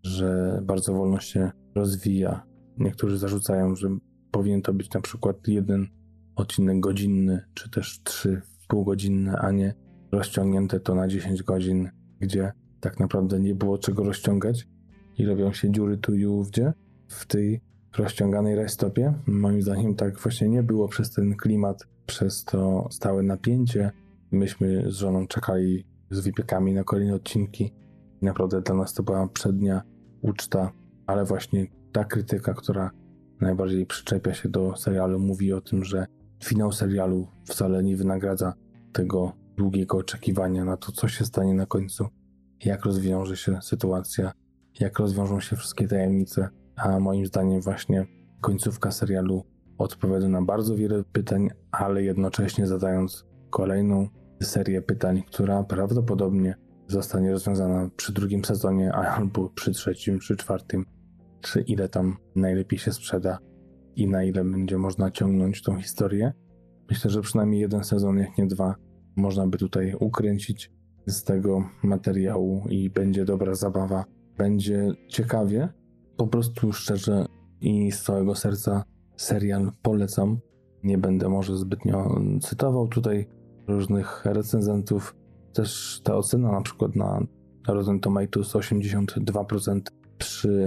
że bardzo wolno się rozwija. Niektórzy zarzucają, że powinien to być na przykład 1 odcinek godzinny, czy też 3 półgodzinne, a nie rozciągnięte to na 10 godzin, gdzie tak naprawdę nie było czego rozciągać i robią się dziury tu i ówdzie w tej rozciąganej rajstopie. Moim zdaniem tak właśnie nie było przez ten klimat, przez to stałe napięcie. Myśmy z żoną czekali z wypiekami na kolejne odcinki. Naprawdę dla nas to była przednia uczta, ale właśnie ta krytyka, która najbardziej przyczepia się do serialu, mówi o tym, że finał serialu wcale nie wynagradza tego długiego oczekiwania na to, co się stanie na końcu, jak rozwiąże się sytuacja, jak rozwiążą się wszystkie tajemnice, a moim zdaniem właśnie końcówka serialu odpowiada na bardzo wiele pytań, ale jednocześnie zadając kolejną serię pytań, która prawdopodobnie zostanie rozwiązana przy 2. sezonie, albo przy 3. czy 4, czy ile tam najlepiej się sprzeda i na ile będzie można ciągnąć tą historię. Myślę, że przynajmniej 1 sezon, jak nie 2, można by tutaj ukręcić z tego materiału i będzie dobra zabawa. Będzie ciekawie. Po prostu szczerze i z całego serca serial polecam. Nie będę może zbytnio cytował tutaj różnych recenzentów. Też ta ocena na przykład na Rotten Tomatoes 82% przy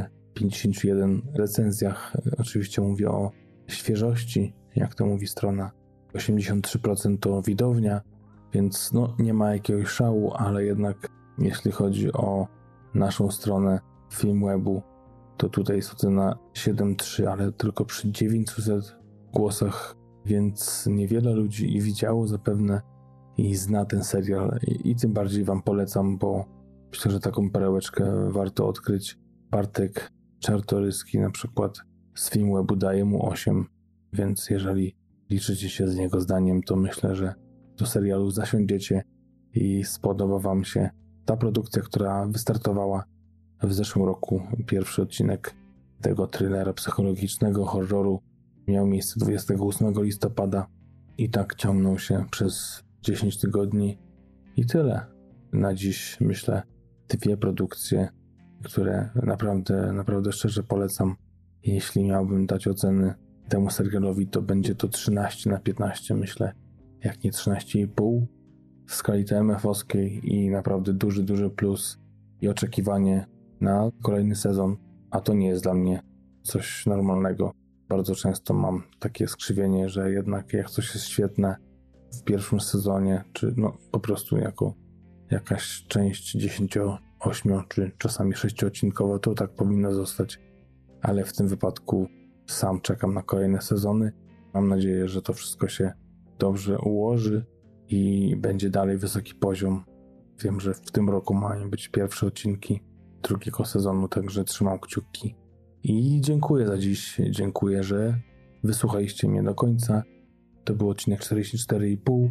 51 recenzjach. Oczywiście mówię o świeżości, jak to mówi strona. 83% to widownia, więc no nie ma jakiegoś szału, ale jednak jeśli chodzi o naszą stronę Filmwebu, to tutaj jest ocena 7,3, ale tylko przy 900 głosach, więc niewiele ludzi widziało zapewne i zna ten serial i tym bardziej wam polecam, bo myślę, że taką perełeczkę warto odkryć. Bartek Czartoryski na przykład z Filmwebu daje mu 8, więc jeżeli liczycie się z niego zdaniem, to myślę, że do serialu zasiądziecie i spodoba wam się ta produkcja, która wystartowała w zeszłym roku. Pierwszy odcinek tego thrillera psychologicznego, horroru miał miejsce 28 listopada i tak ciągnął się przez 10 tygodni i tyle. Na dziś myślę 2 produkcje, które naprawdę szczerze polecam. Jeśli miałbym dać oceny temu serialowi, to będzie to 13/15, myślę, jak nie 13,5 w skali TMF-owskiej i naprawdę duży plus i oczekiwanie na kolejny sezon, a to nie jest dla mnie coś normalnego. Bardzo często mam takie skrzywienie, że jednak jak coś jest świetne w pierwszym sezonie, czy no po prostu jako jakaś część 10, 8 czy czasami 6-odcinkowa, to tak powinno zostać, ale w tym wypadku sam czekam na kolejne sezony. Mam nadzieję, że to wszystko się dobrze ułoży i będzie dalej wysoki poziom. Wiem, że w tym roku mają być pierwsze odcinki 2. sezonu, także trzymam kciuki. I dziękuję za dziś. Dziękuję, że wysłuchaliście mnie do końca. To był odcinek 44,5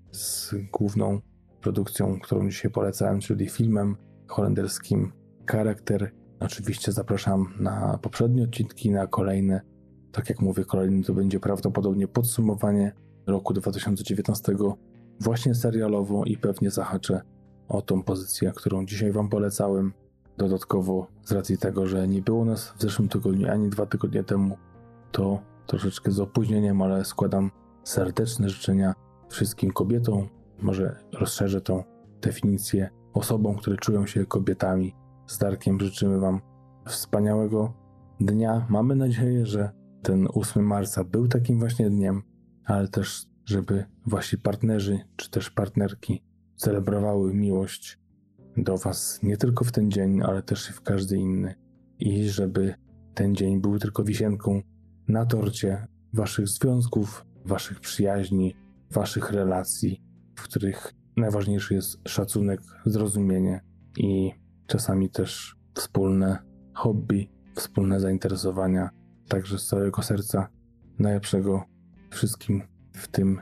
z główną produkcją, którą dzisiaj polecałem, czyli filmem holenderskim Charakter. Oczywiście zapraszam na poprzednie odcinki, na kolejne. Tak jak mówię, kolejny to będzie prawdopodobnie podsumowanie roku 2019 właśnie serialowo i pewnie zahaczę o tą pozycję, którą dzisiaj wam polecałem. Dodatkowo z racji tego, że nie było nas w zeszłym tygodniu ani 2 tygodnie temu, to troszeczkę z opóźnieniem, ale składam serdeczne życzenia wszystkim kobietom. Może rozszerzę tą definicję osobom, które czują się kobietami. Z Darkiem życzymy wam wspaniałego dnia. Mamy nadzieję, że ten 8 marca był takim właśnie dniem, ale też, żeby wasi partnerzy czy też partnerki celebrowały miłość do was nie tylko w ten dzień, ale też i w każdy inny. I żeby ten dzień był tylko wisienką na torcie waszych związków, waszych przyjaźni, waszych relacji, w których najważniejszy jest szacunek, zrozumienie i czasami też wspólne hobby, wspólne zainteresowania. Także z całego serca najlepszego wszystkim w tym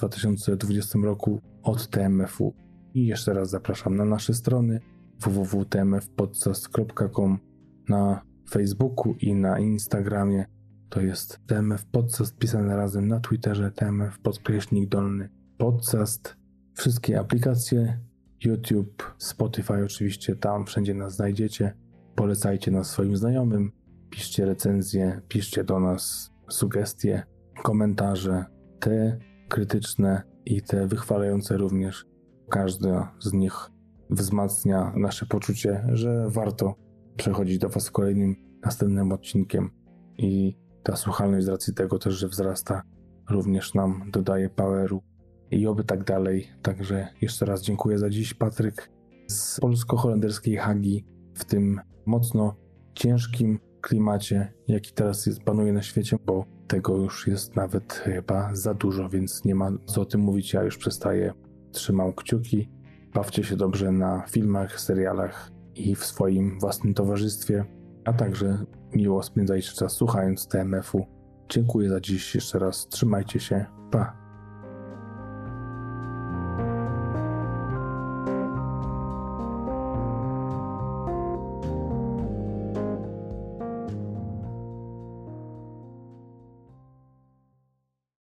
2020 roku od TMF-u. I jeszcze raz zapraszam na nasze strony www.tmfpodcast.com, na Facebooku i na Instagramie. To jest TMF Podcast pisane razem, na Twitterze TMF__podcast. Wszystkie aplikacje, YouTube, Spotify oczywiście, tam wszędzie nas znajdziecie. polecajcie nas swoim znajomym, piszcie recenzje, piszcie do nas sugestie, komentarze, te krytyczne i te wychwalające również. Każda z nich wzmacnia nasze poczucie, że warto przechodzić do Was kolejnym, następnym odcinkiem i ta słuchalność z racji tego też, że wzrasta, również nam dodaje poweru i oby tak dalej. Także jeszcze raz dziękuję za dziś. Patryk z polsko-holenderskiej Hagi w tym mocno ciężkim klimacie, jaki teraz panuje na świecie, bo tego już jest nawet chyba za dużo, więc nie ma co o tym mówić. Ja już przestaję. Trzymam kciuki. Bawcie się dobrze na filmach, serialach i w swoim własnym towarzystwie, a także miło spędzajcie czas słuchając TMF-u. Dziękuję za dziś jeszcze raz. Trzymajcie się. Pa!